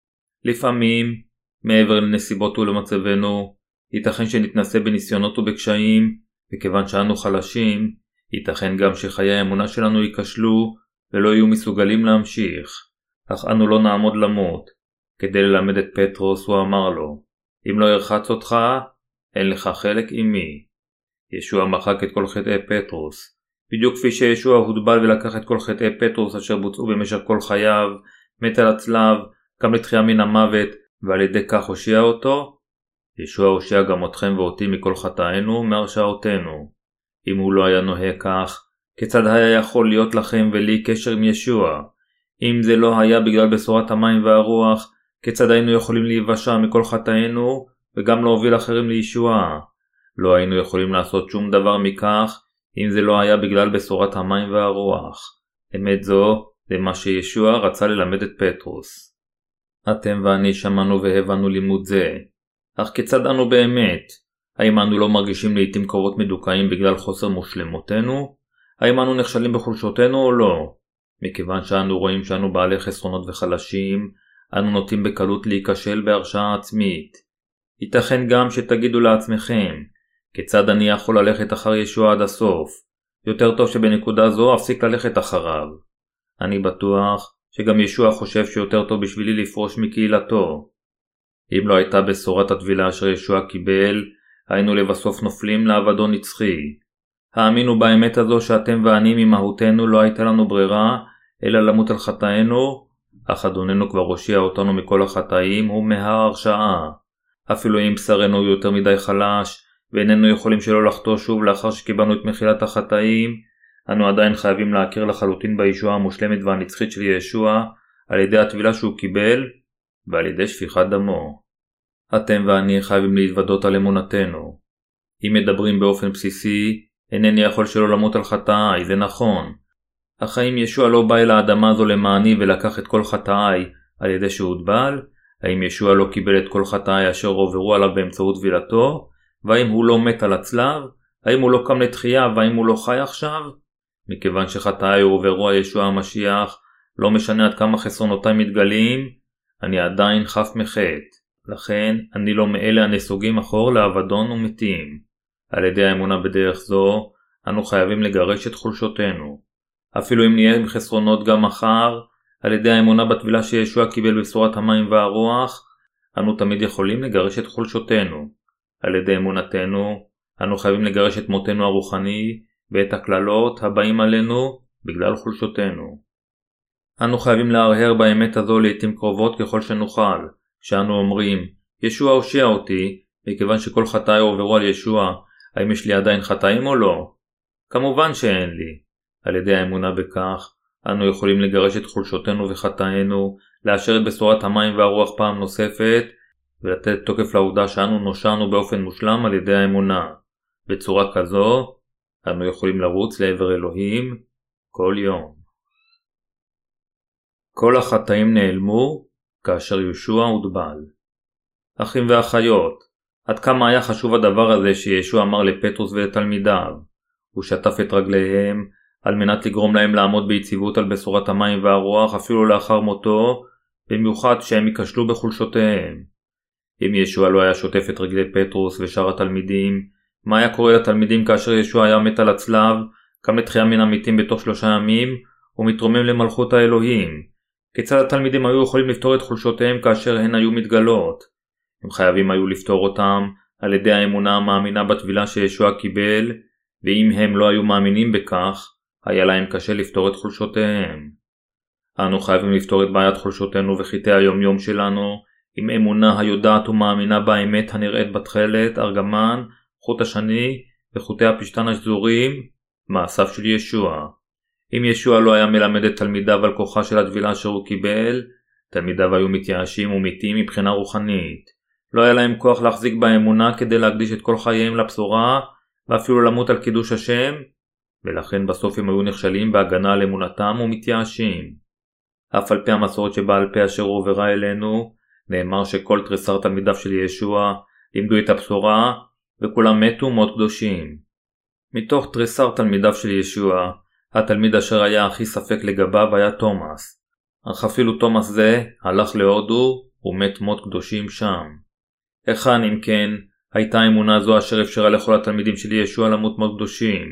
לפעמים, מעבר לנסיבות ולמצבנו, ייתכן שנתנסה בניסיונות ובקשיים, וכיוון שאנו חלשים, ייתכן גם שחיי האמונה שלנו ייכשלו, ולא יהיו מסוגלים להמשיך. אך אנו לא נעמוד למות. כדי ללמד את פטרוס הוא אמר לו, אם לא ירחץ אותך, אין לך חלק עמי. ישוע מחק את כל חטאי פטרוס. בדיוק כפי שישוע הוטבל ולקח את כל חטאי פטרוס אשר בוצעו במשך כל חייו, מת על הצלב, קם לתחייה מן המוות, ועל ידי כך הושיע אותו, ישוע הושיע גם אתכם ואותי מכל חטאינו ומהרשעותינו. אם הוא לא היה נוהג כך, כיצד היה יכול להיות לכם ולי קשר עם ישוע? אם זה לא היה בגלל בשורת המים והרוח, כיצד היינו יכולים להיוושע מכל חטאינו וגם להוביל אחרים לישועה? לא היינו יכולים לעשות שום דבר מכך אם זה לא היה בגלל בשורת המים והרוח. אמת זו זה מה שישוע רצה ללמד את פטרוס. אתם ואני שמענו והבנו לימוד זה. אך כיצד אנו באמת? האם אנו לא מרגישים לעתים קרובות מדוכאים בגלל חוסר מושלמותנו? האם אנו נכשלים בחולשותנו או לא? מכיוון שאנו רואים שאנו בעלי חסרונות וחלשים, אנו נוטים בקלות להיכשל בהרשעה עצמית. ייתכן גם שתגידו לעצמכם, כיצד אני יכול ללכת אחר ישוע עד הסוף? יותר טוב שבנקודה זו אפסיק ללכת אחריו. אני בטוח שגם ישוע חושב שיותר טוב בשבילי לפרוש מקהילתו. אם לא הייתה בשורת הטבילה אשר ישוע קיבל, היינו לבסוף נופלים לאבדון נצחי. האמינו באמת הזו שאתם ואני ממהותנו לא הייתה לנו ברירה, אלא למות על חטאינו, אך אדוננו כבר הושיע אותנו מכל החטאים ומההרשעה. אפילו אם בשרנו יותר מדי חלש, ואיננו יכולים שלא לחטוא שוב לאחר שקיבלנו את מחילת החטאים, אנו עדיין חייבים להכיר לחלוטין בישועה המושלמת והנצחית של ישוע, על ידי הטבילה שהוא קיבל, ועל ידי שפיכת דמו. אתם ואני חייבים להתוודות על אמונתנו. אם מדברים באופן בסיסי, אינני יכול שלא למות על חטאי, זה נכון. אך האם ישוע לא בא אל האדמה הזו למעני ולקח את כל חטאי על ידי שהוטבל? האם ישוע לא קיבל את כל חטאי אשר עוברו עליו באמצעות טבילתו? והאם הוא לא מת על הצלב? האם הוא לא קם לתחייה והאם הוא לא חי עכשיו? מכיוון שחטאי עוברו על ישוע המשיח, לא משנה עד כמה חסרונותיי מתגלים, אני עדיין חף מחטא. לכן אני לא מאלה הנסוגים אחור לאבדון ומתים. על ידי האמונה בדרך זו, אנו חייבים לגרש את חולשותנו. אפילו אם נהיה עם חסרונות גם מחר, על ידי האמונה בטבילה שישוע קיבל בשורת המים והרוח, אנו תמיד יכולים לגרש את חולשותנו. על ידי אמונתנו, אנו חייבים לגרש את מותנו הרוחני ואת הכללות הבאים עלינו בגלל חולשותנו. אנו חייבים להרהר באמת הזו לעתים קרובות ככל שנוכל, שאנו אומרים, ישוע הושיע אותי, מכיוון שכל חטאי עוברו על ישוע, האם יש לי עדיין חטאים או לא? כמובן שאין לי. על ידי האמונה בכך, אנו יכולים לגרש את חולשותנו וחטאינו, לאשר את בשורת המים והרוח פעם נוספת, ולתת תוקף לעובדה שאנו נושענו באופן מושלם על ידי האמונה. בצורה כזו, אנו יכולים לרוץ לעבר אלוהים כל יום. כל החטאים נעלמו כאשר ישוע הוטבל. אחים ואחיות, עד כמה היה חשוב הדבר הזה שישוע אמר לפטרוס ולתלמידיו. הוא שטף את רגליהם על מנת לגרום להם לעמוד ביציבות על בשורת המים והרוח אפילו לאחר מותו, במיוחד שהם ייכשלו בחולשותיהם. אם ישוע לא היה שוטף את רגלי פטרוס ושאר התלמידים, מה היה קורה לתלמידים כאשר ישוע היה מת על הצלב, קם לתחייה מן המתים בתוך שלושה ימים, ומתרומם למלכות האלוהים? כיצד התלמידים היו יכולים לפתור את חולשותיהם כאשר הן היו מתגלות? הם חייבים היו לפתור אותם על ידי האמונה המאמינה בטבילה שישוע קיבל, ואם הם לא היו מאמינים בכך, היה להם קשה לפתור את חולשותיהם. אנו חייבים לפתור את בעיית חולשותינו וחיטי היום יום שלנו, עם אמונה היודעת ומאמינה באמת הנראית בתכלת, ארגמן, חוט השני וחוטי הפשתן השזורים, מעשיו של ישוע. אם ישוע לא היה מלמד את תלמידיו על כוחה של הטבילה אשר הוא קיבל, תלמידיו היו מתייאשים ומתים מבחינה רוחנית. לא היה להם כוח להחזיק באמונה כדי להקדיש את כל חייהם לבשורה, ואפילו למות על קידוש השם, ולכן בסוף הם היו נכשלים בהגנה על אמונתם ומתייאשים. אף על פי המסורת שבעל פה אשר הועברה אלינו, נאמר שכל תריסר תלמידיו של ישוע לימדו את הבשורה, וכולם מתו מות קדושים. מתוך תריסר תלמידיו של ישוע, התלמיד אשר היה הכי ספק לגביו היה תומאס. אך אפילו תומאס זה הלך להודו ומת מות קדושים שם. היכן אם כן הייתה אמונה זו אשר אפשרה לכל התלמידים של ישוע למות מות קדושים?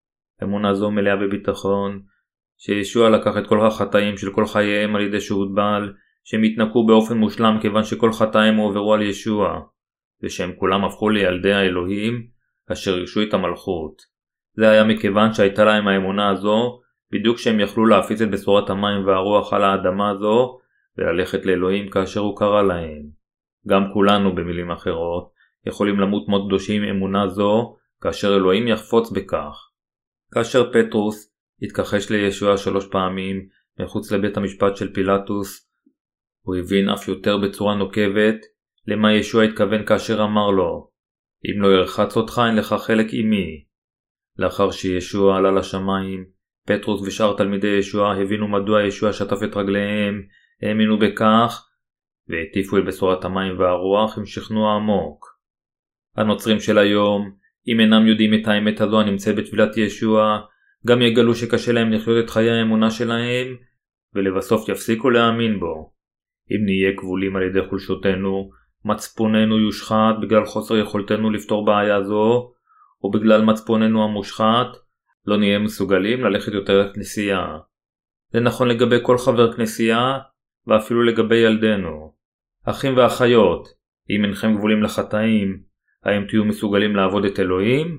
אמונה זו מלאה בביטחון שישוע לקח את כל החטאים של כל חייהם על ידי שהוטבל, שהם התנקו באופן מושלם כיוון שכל חטאים הועברו על ישוע, ושהם כולם הפכו לילדי האלוהים אשר ירשו את המלכות. זה היה מכיוון שהייתה להם האמונה הזו, בדיוק שהם יכלו להפיץ את בשורת המים והרוח על האדמה הזו, וללכת לאלוהים כאשר הוא קרא להם. גם כולנו במילים אחרות, יכולים למות מות קדושים עם אמונה זו, כאשר אלוהים יחפוץ בכך. כאשר פטרוס התכחש לישוע שלוש פעמים מחוץ לבית המשפט של פילטוס, הוא הבין אף יותר בצורה נוקבת למה ישוע התכוון כאשר אמר לו, אם לא ירחץ אותך אין לך חלק עימי. לאחר שישוע עלה לשמיים, פטרוס ושאר תלמידי ישוע הבינו מדוע ישוע שטף את רגליהם, האמינו בכך, והטיפו אל בשורת המים והרוח עם שכנוע עמוק. הנוצרים של היום, אם אינם יודעים את האמת הזו הנמצאת בטבילת ישוע, גם יגלו שקשה להם לחיות את חיי האמונה שלהם, ולבסוף יפסיקו להאמין בו. אם נהיה כבולים על ידי חולשותנו, מצפוננו יושחת בגלל חוסר יכולתנו לפתור בעיה זו, או בגלל מצפוננו המושחת, לא נהיה מסוגלים ללכת יותר לכנסייה. זה נכון לגבי כל חבר כנסייה, ואפילו לגבי ילדינו. אחים ואחיות, אם אינכם גבולים לחטאים, האם תהיו מסוגלים לעבוד את אלוהים?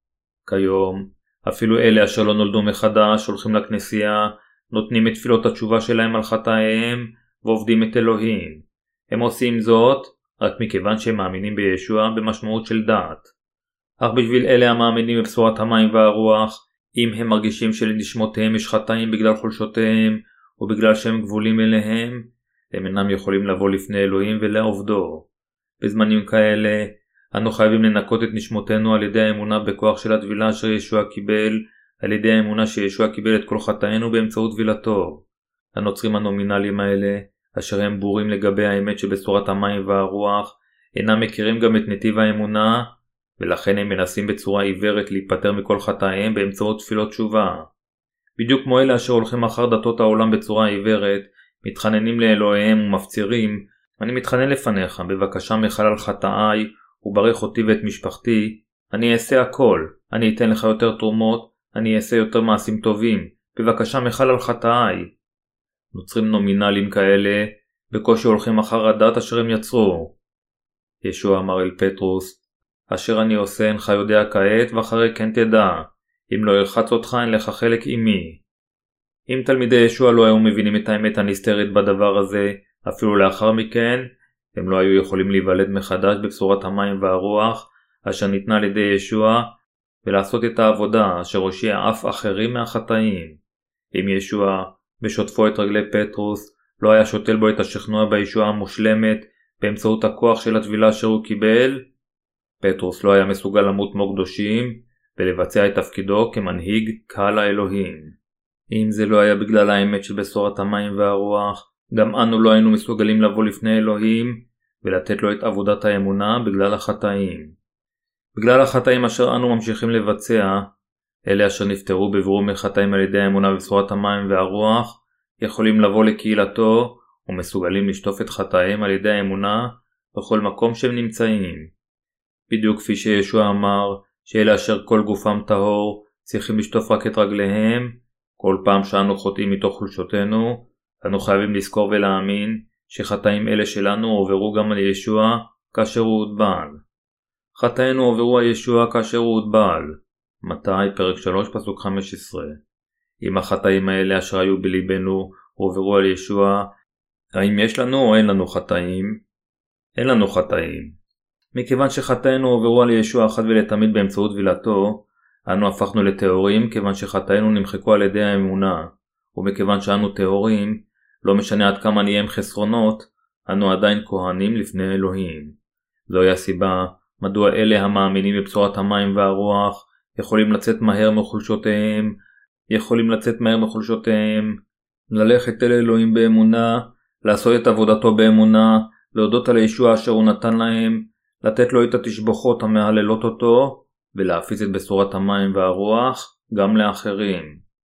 כיום, אפילו אלה אשר לא נולדו מחדש הולכים לכנסייה, נותנים את תפילות התשובה שלהם על חטאיהם, ועובדים את אלוהים. הם עושים זאת רק מכיוון שהם מאמינים בישוע במשמעות של דעת. אך בשביל אלה המאמינים בבשורת המים והרוח, אם הם מרגישים שלנשמותיהם יש חטאים בגלל חולשותיהם, או בגלל שהם גבולים אליהם, הם אינם יכולים לבוא לפני אלוהים ולעובדו. בזמנים כאלה, אנו חייבים לנקות את נשמותינו על ידי האמונה בכוח של הטבילה אשר ישוע קיבל, על ידי האמונה שישוע קיבל את כל חטאינו באמצעות טבילתו. הנוצרים הנומינליים האלה, אשר הם בורים לגבי האמת שבשורת המים והרוח, אינם מכירים גם את נתיב האמונה, ולכן הם מנסים בצורה עיוורת להיפטר מכל חטאיהם באמצעות תפילות תשובה. בדיוק כמו אלה אשר הולכים אחר דתות העולם בצורה עיוורת, מתחננים לאלוהיהם ומפצירים, אני מתחנן לפניך, בבקשה מחל על חטאיי, וברך אותי ואת משפחתי, אני אעשה הכל, אני אתן לך יותר תרומות, אני אעשה יותר מעשים טובים, בבקשה מחל על חטאיי. נוצרים נומינליים כאלה, בקושי הולכים אחר הדת אשר הם יצרו. ישוע אמר אל פטרוס, אשר אני עושה אינך יודע כעת ואחרי כן תדע, אם לא ירחץ אותך אין לך חלק עימי. אם תלמידי ישוע לא היו מבינים את האמת הנסתרת בדבר הזה, אפילו לאחר מכן, הם לא היו יכולים להיוולד מחדש בבשורת המים והרוח, אשר ניתנה על ידי ישוע, ולעשות את העבודה אשר הושיע אף אחרים מהחטאים. אם ישוע, בשוטפו את רגלי פטרוס, לא היה שוטל בו את השכנוע בישועה המושלמת, באמצעות הכוח של הטבילה אשר הוא קיבל, פטרוס לא היה מסוגל למות כמו קדושים ולבצע את תפקידו כמנהיג קהל האלוהים. אם זה לא היה בגלל האמת של בשורת המים והרוח, גם אנו לא היינו מסוגלים לבוא לפני אלוהים ולתת לו את עבודת האמונה בגלל החטאים. בגלל החטאים אשר אנו ממשיכים לבצע, אלה אשר נפטרו בבירור מחטאים על ידי האמונה בבשורת המים והרוח, יכולים לבוא לקהילתו ומסוגלים לשטוף את חטאיהם על ידי האמונה בכל מקום שהם נמצאים. בדיוק כפי שישוע אמר שאלה אשר כל גופם טהור צריכים לשטוף רק את רגליהם, כל פעם שאנו חוטאים מתוך חולשותנו, אנו חייבים לזכור ולהאמין שחטאים אלה שלנו עוברו גם על ישוע כאשר הוא הוטבל. חטאינו עוברו על ישוע כאשר הוא הוטבל. מתי? פרק שלוש פסוק חמש עשרה. אם החטאים האלה אשר היו בליבנו עוברו על ישוע, האם יש לנו או אין לנו חטאים? אין לנו חטאים. מכיוון שחטאינו עוברו על ישוע אחת ולתמיד באמצעות טבילתו, אנו הפכנו לטהורים כיוון שחטאינו נמחקו על ידי האמונה, ומכיוון שאנו טהורים, לא משנה עד כמה נהיה עם חסרונות, אנו עדיין כהנים לפני אלוהים. זוהי הסיבה מדוע אלה המאמינים בבשורת המים והרוח יכולים לצאת מהר מחולשותיהם, יכולים לצאת מהר מחולשותיהם, ללכת אל אלוהים באמונה, לעשות את עבודתו באמונה, להודות על הישוע אשר הוא נתן להם, לתת לו את התשבחות המהללות אותו, ולהפיץ את בשורת המים והרוח גם לאחרים.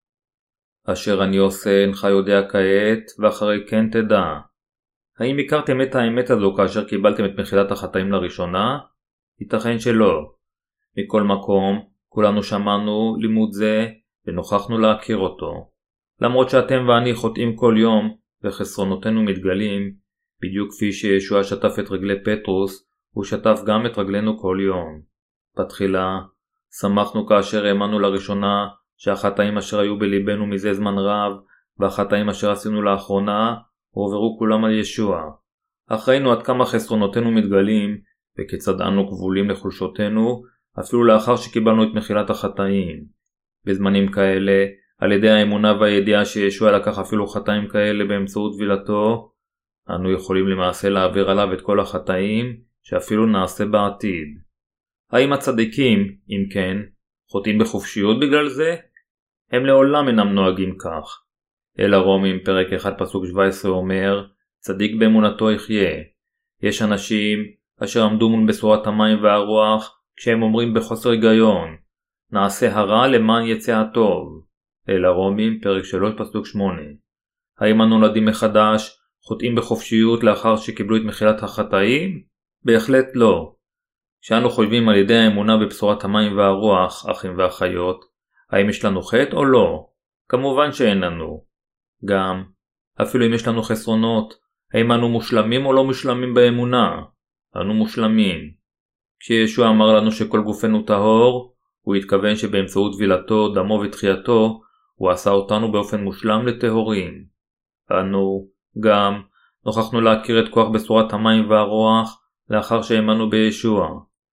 אשר אני עושה אינך יודע כעת, ואחרי כן תדע. האם הכרתם את האמת הזו כאשר קיבלתם את מחילת החטאים לראשונה? ייתכן שלא. מכל מקום, כולנו שמענו לימוד זה, ונוכחנו להכיר אותו. למרות שאתם ואני חוטאים כל יום, וחסרונותינו מתגלים, בדיוק כפי שישוע שטף את רגלי פטרוס, הוא שטף גם את רגלינו כל יום. בתחילה, שמחנו כאשר האמנו לראשונה שהחטאים אשר היו בליבנו מזה זמן רב, והחטאים אשר עשינו לאחרונה, הועברו כולם על ישוע. אך ראינו עד כמה חסרונותינו מתגלים, וכיצד אנו כבולים לחולשותינו, אפילו לאחר שקיבלנו את מחילת החטאים. בזמנים כאלה, על ידי האמונה והידיעה שישוע לקח אפילו חטאים כאלה באמצעות טבילתו, אנו יכולים למעשה להעביר עליו את כל החטאים שאפילו נעשה בעתיד. האם הצדיקים, אם כן, חוטאים בחופשיות בגלל זה? הם לעולם אינם נוהגים כך. אל הרומים פרק אחד פסוק שבע עשרה אומר, צדיק באמונתו יחיה. יש אנשים אשר עמדו מול בשורת המים והרוח כשהם אומרים בחוסר היגיון, נעשה הרע למען יצא הטוב. אל הרומים פרק שלוש פסוק שמונה. האם הנולדים מחדש חוטאים בחופשיות לאחר שקיבלו את מחילת החטאים? בהחלט לא. כשאנו חושבים על ידי האמונה בבשורת המים והרוח, אחים ואחיות, האם יש לנו חטא או לא? כמובן שאין לנו. גם, אפילו אם יש לנו חסרונות, האם אנו מושלמים או לא מושלמים באמונה? אנו מושלמים. כשישוע אמר לנו שכל גופנו טהור, הוא התכוון שבאמצעות טבילתו, דמו ותחייתו, הוא עשה אותנו באופן מושלם לטהורים. אנו, גם, נוכחנו להכיר את כוח בשורת המים והרוח, לאחר שהאמנו בישוע.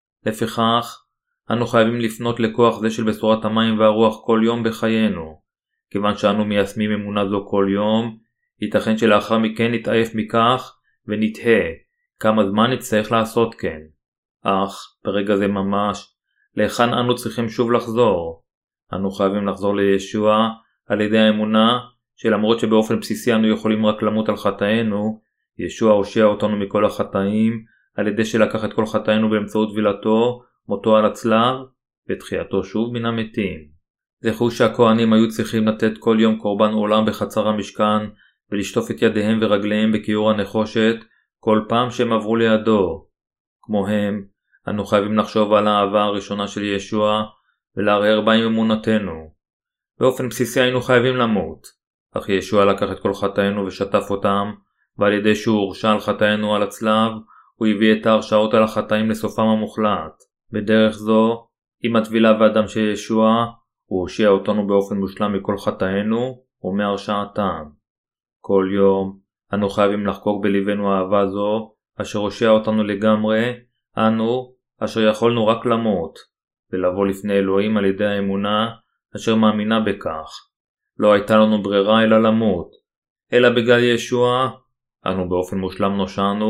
לפיכך, אנו חייבים לפנות לכוח זה של בשורת המים והרוח כל יום בחיינו. כיוון שאנו מיישמים אמונה זו כל יום, ייתכן שלאחר מכן נתעייף מכך ונתהה כמה זמן נצטרך לעשות כן. אך, ברגע זה ממש, להיכן אנו צריכים שוב לחזור? אנו חייבים לחזור לישוע על ידי האמונה שלמרות שבאופן בסיסי אנו יכולים רק למות על חטאינו, ישוע הושיע אותנו מכל החטאים על ידי שלקח את כל חטאינו באמצעות טבילתו, מותו על הצלב ותחייתו שוב מן המתים. זכרו שהכהנים היו צריכים לתת כל יום קורבן עולם בחצר המשכן ולשטוף את ידיהם ורגליהם בכיור הנחושת כל פעם שהם עברו לידו. כמוהם, אנו חייבים לחשוב על האהבה הראשונה של ישוע ולהרהר בה עם אמונתנו. באופן בסיסי היינו חייבים למות, אך ישוע לקח את כל חטאינו ושטף אותם, ועל ידי שהוא הורשע על חטאינו על הצלב, הוא הביא את ההרשעות על החטאים לסופם המוחלט. בדרך זו, עם הטבילה והדם של ישוע, הוא הושיע אותנו באופן מושלם מכל חטאינו ומהרשעתם. כל יום, אנו חייבים לחקוק בליבנו אהבה זו, אשר הושיע אותנו לגמרי, אנו, אשר יכולנו רק למות, ולבוא לפני אלוהים על ידי האמונה, אשר מאמינה בכך. לא הייתה לנו ברירה אלא למות, אלא בגלל ישוע, אנו באופן מושלם נושענו,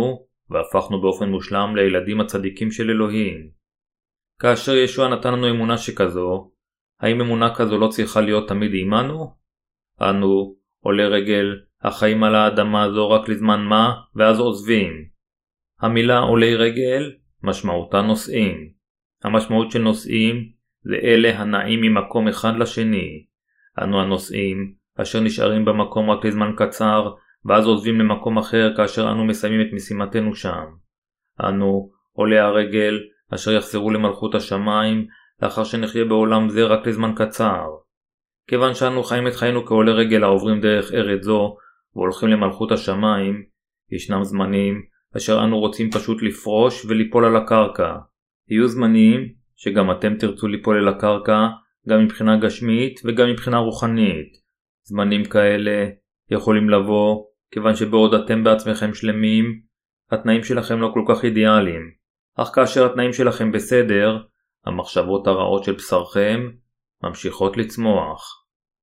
והפכנו באופן מושלם לילדים הצדיקים של אלוהים. כאשר ישוע נתן לנו אמונה שכזו, האם אמונה כזו לא צריכה להיות תמיד עימנו? אנו, עולי רגל, החיים על האדמה הזו רק לזמן מה, ואז עוזבים. המילה עולי רגל, משמעותה נוסעים. המשמעות של נוסעים, זה אלה הנעים ממקום אחד לשני. אנו הנוסעים, אשר נשארים במקום רק לזמן קצר, ואז עוזבים למקום אחר כאשר אנו מסיימים את משימתנו שם. אנו, עולי הרגל, אשר יחזרו למלכות השמיים, לאחר שנחיה בעולם זה רק לזמן קצר. כיוון שאנו חיים את חיינו כעולי רגל העוברים דרך ארץ זו, והולכים למלכות השמיים, ישנם זמנים אשר אנו רוצים פשוט לפרוש וליפול על הקרקע. יהיו זמנים שגם אתם תרצו ליפול על הקרקע, גם מבחינה גשמית וגם מבחינה רוחנית. זמנים כאלה יכולים לבוא, כיוון שבעוד אתם בעצמכם שלמים, התנאים שלכם לא כל כך אידיאליים. אך כאשר התנאים שלכם בסדר, המחשבות הרעות של בשרכם ממשיכות לצמוח.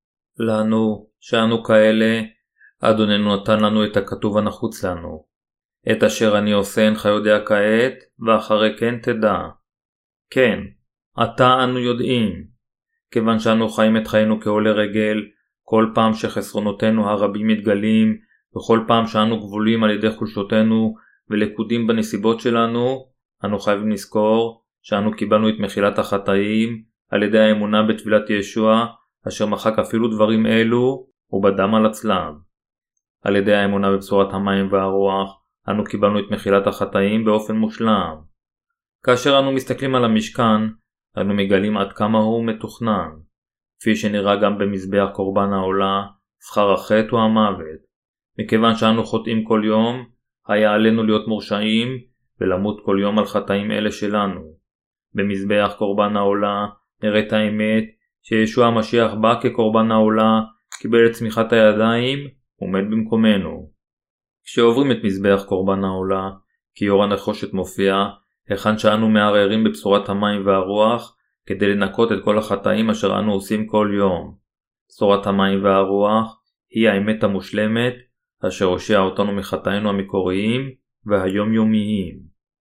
לנו, שאנו כאלה, אדוננו נתן לנו את הכתוב הנחוץ לנו. את אשר אני עושה אינך יודע כעת, ואחרי כן תדע. כן, עתה אנו יודעים. כיוון שאנו חיים את חיינו כעולי רגל, כל פעם שחסרונותינו הרבים מתגלים, וכל פעם שאנו גבולים על ידי חולשותנו ולקודים בנסיבות שלנו, אנו חייבים לזכור שאנו קיבלנו את מחילת החטאים על ידי האמונה בתפילת ישוע, אשר מחק אפילו דברים אלו ובדם על הצלב. על ידי האמונה בבשורת המים והרוח, אנו קיבלנו את מחילת החטאים באופן מושלם. כאשר אנו מסתכלים על המשכן, אנו מגלים עד כמה הוא מתוכנן. כפי שנראה גם במזבח קורבן העולה, שכר החטא הוא המוות. מכיוון שאנו חוטאים כל יום, היה עלינו להיות מורשעים ולמות כל יום על חטאים אלה שלנו. במזבח קורבן העולה נראית האמת שישוע המשיח בא כקורבן העולה, קיבל את צמיחת הידיים ועומד במקומנו. כשעוברים את מזבח קורבן העולה, כיור הנחושת מופיע, היכן שאנו מערערים בבשורת המים והרוח, כדי לנקות את כל החטאים אשר אנו עושים כל יום. בשורת המים והרוח היא האמת המושלמת, אשר הושיע אותנו מחטאינו המקוריים והיומיומיים.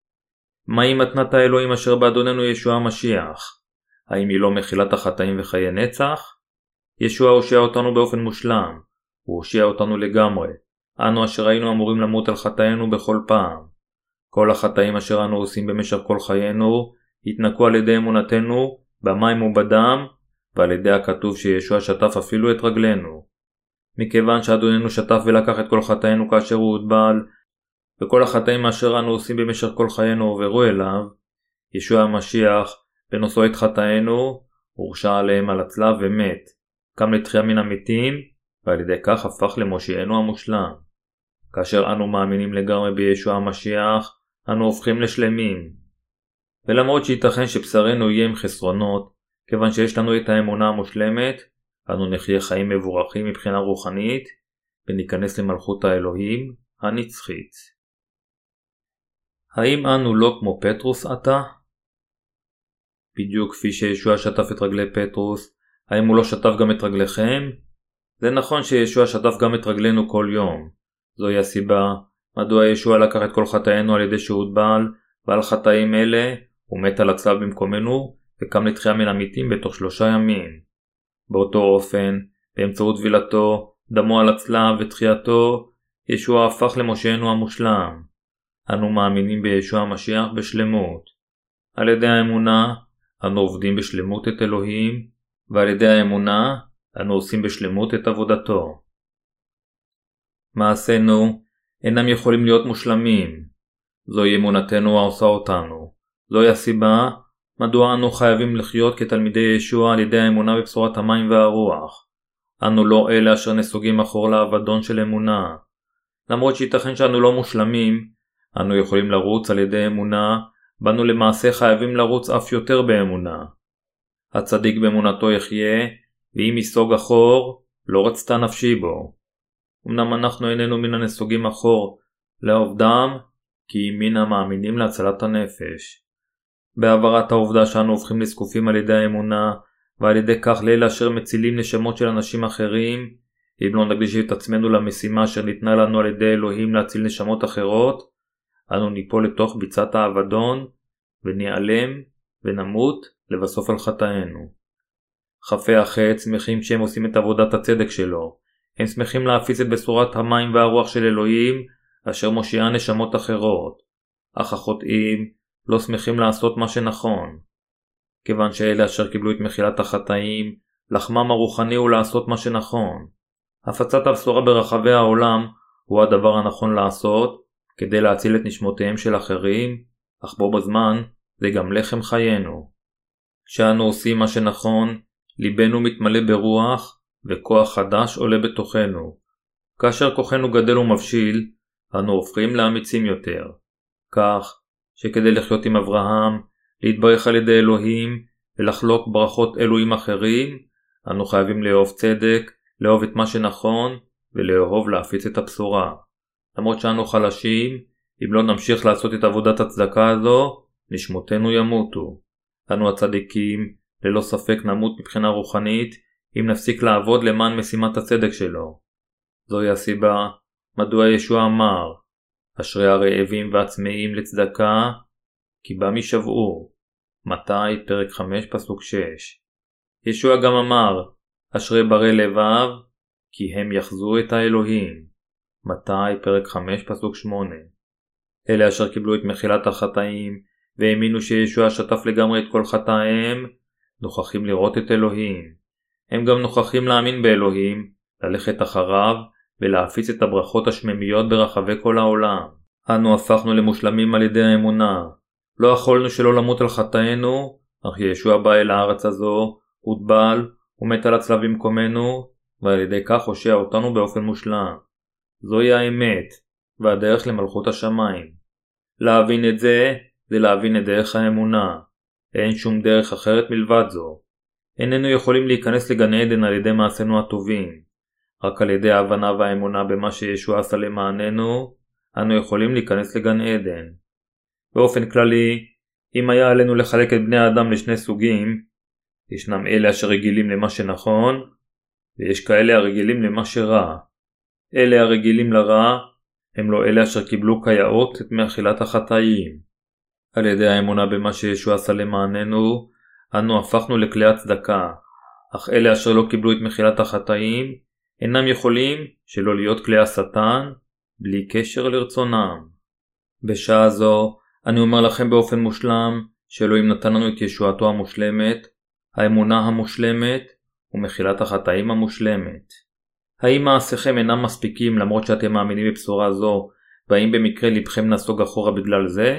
מהי מתנת האלוהים אשר באדוננו ישוע המשיח? האם היא לא מחילת החטאים וחיי נצח? ישוע הושיע אותנו באופן מושלם, הוא הושיע אותנו לגמרי. אנו אשר היינו אמורים למות על חטאינו בכל פעם. כל החטאים אשר אנו עושים במשך כל חיינו, התנקו על ידי אמונתנו במים ובדם, ועל ידי הכתוב שישוע שטף אפילו את רגלינו. מכיוון שאדוננו שטף ולקח את כל חטאינו כאשר הוא הוטבל, וכל החטאים אשר אנו עושים במשך כל חיינו עוברו אליו, ישוע המשיח, בנושאו את חטאינו, הורשע עליהם על הצלב ומת, קם לתחייה מן המתים, ועל ידי כך הפך למושיענו המושלם. כאשר אנו מאמינים לגמרי בישוע המשיח, אנו הופכים לשלמים. ולמרות שייתכן שבשרנו יהיה עם חסרונות, כיוון שיש לנו את האמונה המושלמת, אנו נחיה חיים מבורכים מבחינה רוחנית, וניכנס למלכות האלוהים הנצחית. האם אנו לא כמו פטרוס עתה? בדיוק כפי שישוע שטף את רגלי פטרוס, האם הוא לא שטף גם את רגליכם? זה נכון שישוע שטף גם את רגלינו כל יום. זוהי הסיבה מדוע ישוע לקח את כל חטאינו על ידי שהוטבל, ועל חטאים אלה הוא מת על הצלב במקומנו וקם לתחייה מן המתים בתוך שלושה ימים. באותו אופן, באמצעות טבילתו, דמו על הצלב ותחייתו, ישוע הפך למושיענו המושלם. אנו מאמינים בישוע המשיח בשלמות. על ידי האמונה אנו עובדים בשלמות את אלוהים, ועל ידי האמונה אנו עושים בשלמות את עבודתו. מעשינו אינם יכולים להיות מושלמים. זוהי אמונתנו העושה אותנו. זוהי הסיבה מדוע אנו חייבים לחיות כתלמידי ישוע על ידי האמונה בבשורת המים והרוח. אנו לא אלה אשר נסוגים אחור לאבדון של אמונה. למרות שייתכן שאנו לא מושלמים, אנו יכולים לרוץ על ידי אמונה, בנו למעשה חייבים לרוץ אף יותר באמונה. הצדיק באמונתו יחיה, ואם ייסוג אחור, לא רצתה נפשי בו. אמנם אנחנו איננו מן הנסוגים אחור לעובדם, כי מן המאמינים להצלת הנפש. בעברת העובדה שאנו הופכים לזקופים על ידי האמונה, ועל ידי כך לאלה אשר מצילים נשמות של אנשים אחרים, אם לא נקדיש את עצמנו למשימה אשר ניתנה לנו על ידי אלוהים להציל נשמות אחרות, אנו ניפול לתוך ביצת האבדון, וניעלם ונמות לבסוף על חטאינו. חפי החטא שמחים שהם עושים את עבודת הצדק שלו. הם שמחים להפיץ את בשורת המים והרוח של אלוהים, אשר מושיעה נשמות אחרות. אך החוטאים לא שמחים לעשות מה שנכון. כיוון שאלה אשר קיבלו את מחילת החטאים, לחמם הרוחני הוא לעשות מה שנכון. הפצת הבשורה ברחבי העולם הוא הדבר הנכון לעשות, כדי להציל את נשמותיהם של אחרים, אך בו בזמן זה גם לחם חיינו. כשאנו עושים מה שנכון, ליבנו מתמלא ברוח, וכוח חדש עולה בתוכנו. כאשר כוחנו גדל ומבשיל, אנו הופכים לאמיצים יותר. כך שכדי לחיות עם אברהם, להתברך על ידי אלוהים, ולחלוק ברכות אלוהים אחרים, אנו חייבים לאהוב צדק, לאהוב את מה שנכון, ולאהוב להפיץ את הבשורה. למרות שאנו חלשים, אם לא נמשיך לעשות את עבודת הצדקה הזו, נשמותינו ימותו. אנו הצדיקים, ללא ספק נמות מבחינה רוחנית, אם נפסיק לעבוד למען משימת הצדק שלו. זוהי הסיבה, מדוע ישוע אמר, אשרי הרעבים והצמאים לצדקה, כי בם ישבעו. מתי פרק חמש פסוק שש. ישוע גם אמר, אשרי ברי לבב, כי הם יחזו את האלוהים. מתי פרק חמש פסוק שמונה. אלה אשר קיבלו את מחילת החטאים, והאמינו שישוע שטף לגמרי את כל חטאיהם, נוכחים לראות את אלוהים. הם גם נוכחים להאמין באלוהים, ללכת אחריו, ולהפיץ את הברכות השממיות ברחבי כל העולם. אנו הפכנו למושלמים על ידי האמונה. לא יכולנו שלא למות על חטאינו, אך ישוע בא אל הארץ הזו, הוטבל, ומת על הצלב במקומנו, ועל ידי כך הושיע אותנו באופן מושלם. זוהי האמת, והדרך למלכות השמיים. להבין את זה, זה להבין את דרך האמונה. אין שום דרך אחרת מלבד זו. איננו יכולים להיכנס לגן עדן על ידי מעשינו הטובים. רק על ידי ההבנה והאמונה במה שישוע עשה למעננו, אנו יכולים להיכנס לגן עדן. באופן כללי, אם היה עלינו לחלק את בני האדם לשני סוגים, ישנם אלה אשר רגילים למה שנכון, ויש כאלה הרגילים למה שרע. אלה הרגילים לרע, הם לא אלה אשר קיבלו כיאות את מאכילת החטאים. על ידי האמונה במה שישוע עשה למעננו, אנו הפכנו לכלי הצדקה, אך אלה אשר לא קיבלו את מחילת החטאים, אינם יכולים שלא להיות כלי השטן, בלי קשר לרצונם. בשעה זו, אני אומר לכם באופן מושלם, שאלוהים נתן לנו את ישועתו המושלמת, האמונה המושלמת, ומחילת החטאים המושלמת. האם מעשיכם אינם מספיקים למרות שאתם מאמינים בבשורה זו, והאם במקרה לבכם נסוג אחורה בגלל זה?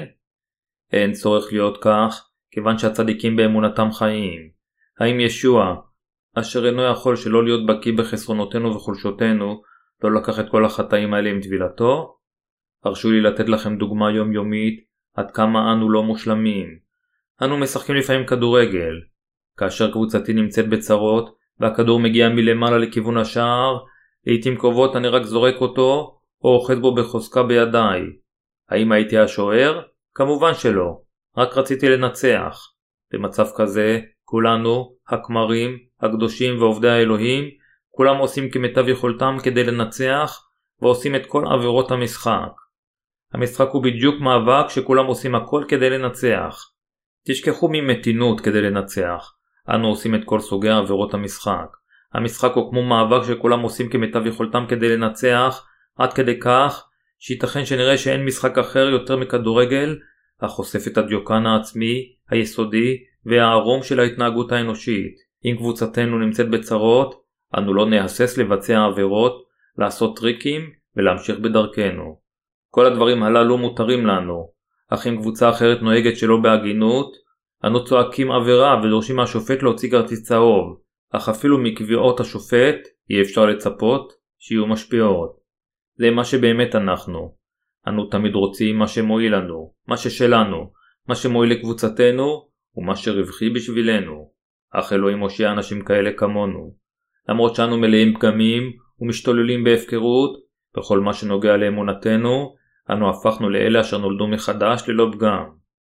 אין צורך להיות כך, כיוון שהצדיקים באמונתם חיים. האם ישוע, אשר אינו יכול שלא להיות בקיא בחסרונותינו וחולשותינו, לא לקח את כל החטאים האלה עם טבילתו? הרשו לי לתת לכם דוגמה יומיומית עד כמה אנו לא מושלמים. אנו משחקים לפעמים כדורגל. כאשר קבוצתי נמצאת בצרות והכדור מגיע מלמעלה לכיוון השער, לעתים קרובות אני רק זורק אותו או אוחז בו בחוזקה בידיי. האם הייתי השוער? כמובן שלא. רק רציתי לנצח. במצב כזה, כולנו, הכמרים, הקדושים ועובדי האלוהים, כולם עושים כמיטב יכולתם כדי לנצח, ועושים את כל עבירות המשחק. המשחק הוא בדיוק מאבק שכולם עושים הכל כדי לנצח. תשכחו ממתינות כדי לנצח. אנו עושים את כל סוגי עבירות המשחק. המשחק הוא כמו מאבק שכולם עושים כמיטב יכולתם כדי לנצח, עד כדי כך שייתכן שנראה שאין משחק אחר יותר מכדורגל, החושף את הדיוקן העצמי, היסודי והערום של ההתנהגות האנושית. אם קבוצתנו נמצאת בצרות, אנו לא נהסס לבצע עבירות, לעשות טריקים ולהמשיך בדרכנו. כל הדברים הללו מותרים לנו, אך אם קבוצה אחרת נוהגת שלא בהגינות, אנו צועקים עבירה ודורשים מהשופט להוציא כרטיס צהוב, אך אפילו מקביעות השופט אי אפשר לצפות שיהיו משפיעות. זה מה שבאמת אנחנו. אנו תמיד רוצים מה שמועיל לנו, מה ששלנו, מה שמועיל לקבוצתנו ומה שרווחי בשבילנו. אך אלוהים מושיע אנשים כאלה כמונו. למרות שאנו מלאים פגמים ומשתוללים בהפקרות, בכל מה שנוגע לאמונתנו, אנו הפכנו לאלה אשר נולדו מחדש ללא פגם.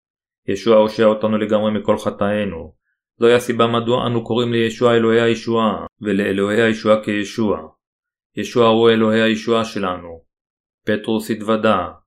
ישוע הושיע אותנו לגמרי מכל חטאינו. זוהי הסיבה מדוע אנו קוראים לישוע אלוהי הישועה, ולאלוהי הישועה כישוע. ישוע הוא אלוהי הישועה שלנו. פטרוס התוודה,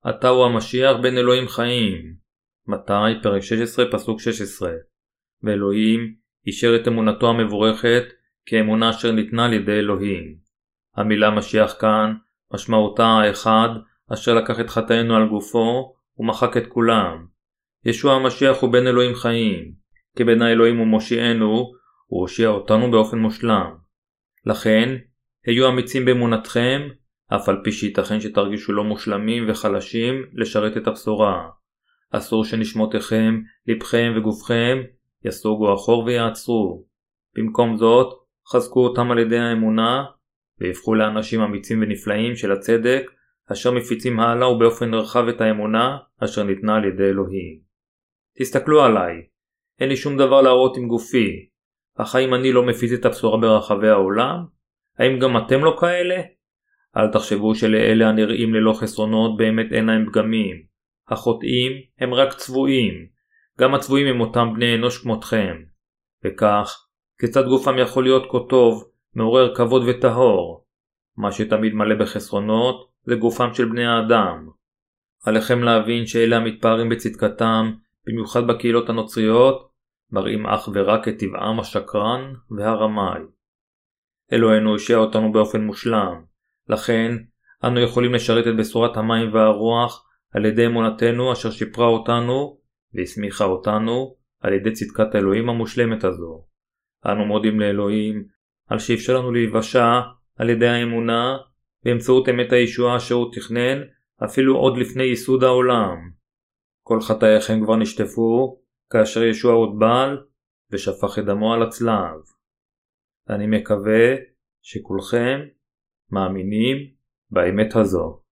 אתה הוא המשיח בן אלוהים חיים. מתי? פרק שש עשרה פסוק שש עשרה. ואלוהים אישר את אמונתו המבורכת כאמונה אשר ניתנה על ידי אלוהים. המילה משיח כאן משמעותה האחד אשר לקח את חטאינו על גופו ומחק את כולם. ישוע המשיח הוא בן אלוהים חיים. כבן האלוהים ומושיענו, הוא הושיע אותנו באופן מושלם. לכן, היו אמיצים באמונתכם, אף על פי שייתכן שתרגישו לא מושלמים וחלשים לשרת את הבשורה. אסור שנשמותיכם, לבכם וגופכם יסוגו אחור ויעצרו. במקום זאת, חזקו אותם על ידי האמונה, והפכו לאנשים אמיצים ונפלאים של הצדק, אשר מפיצים הלאה ובאופן רחב את האמונה, אשר ניתנה על ידי אלוהים. תסתכלו עליי, אין לי שום דבר להראות עם גופי, אך האם אני לא מפיץ את הבשורה ברחבי העולם? האם גם אתם לא כאלה? אל תחשבו שלאלה הנראים ללא חסרונות באמת אין להם פגמים. החוטאים הם רק צבועים, גם הצבועים הם אותם בני אנוש כמותכם. וכך, כיצד גופם יכול להיות כה טוב, מעורר כבוד וטהור? מה שתמיד מלא בחסרונות זה גופם של בני האדם. עליכם להבין שאלה המתפארים בצדקתם, במיוחד בקהילות הנוצריות, מראים אך ורק את טבעם השקרן והרמאי. אלוהינו הושיע אותנו באופן מושלם, לכן אנו יכולים לשרת את בשורת המים והרוח על ידי אמונתנו אשר שיפרה אותנו והסמיכה אותנו על ידי צדקת האלוהים המושלמת הזו. אנו מודים לאלוהים על שאפשר לנו להיוושע על ידי האמונה באמצעות אמת הישועה אשר הוא תכנן אפילו עוד לפני ייסוד העולם. כל חטאיכם כבר נשטפו כאשר ישוע הוטבל ושפך את דמו על הצלב. אני מקווה שכולכם מאמינים באמת הזו.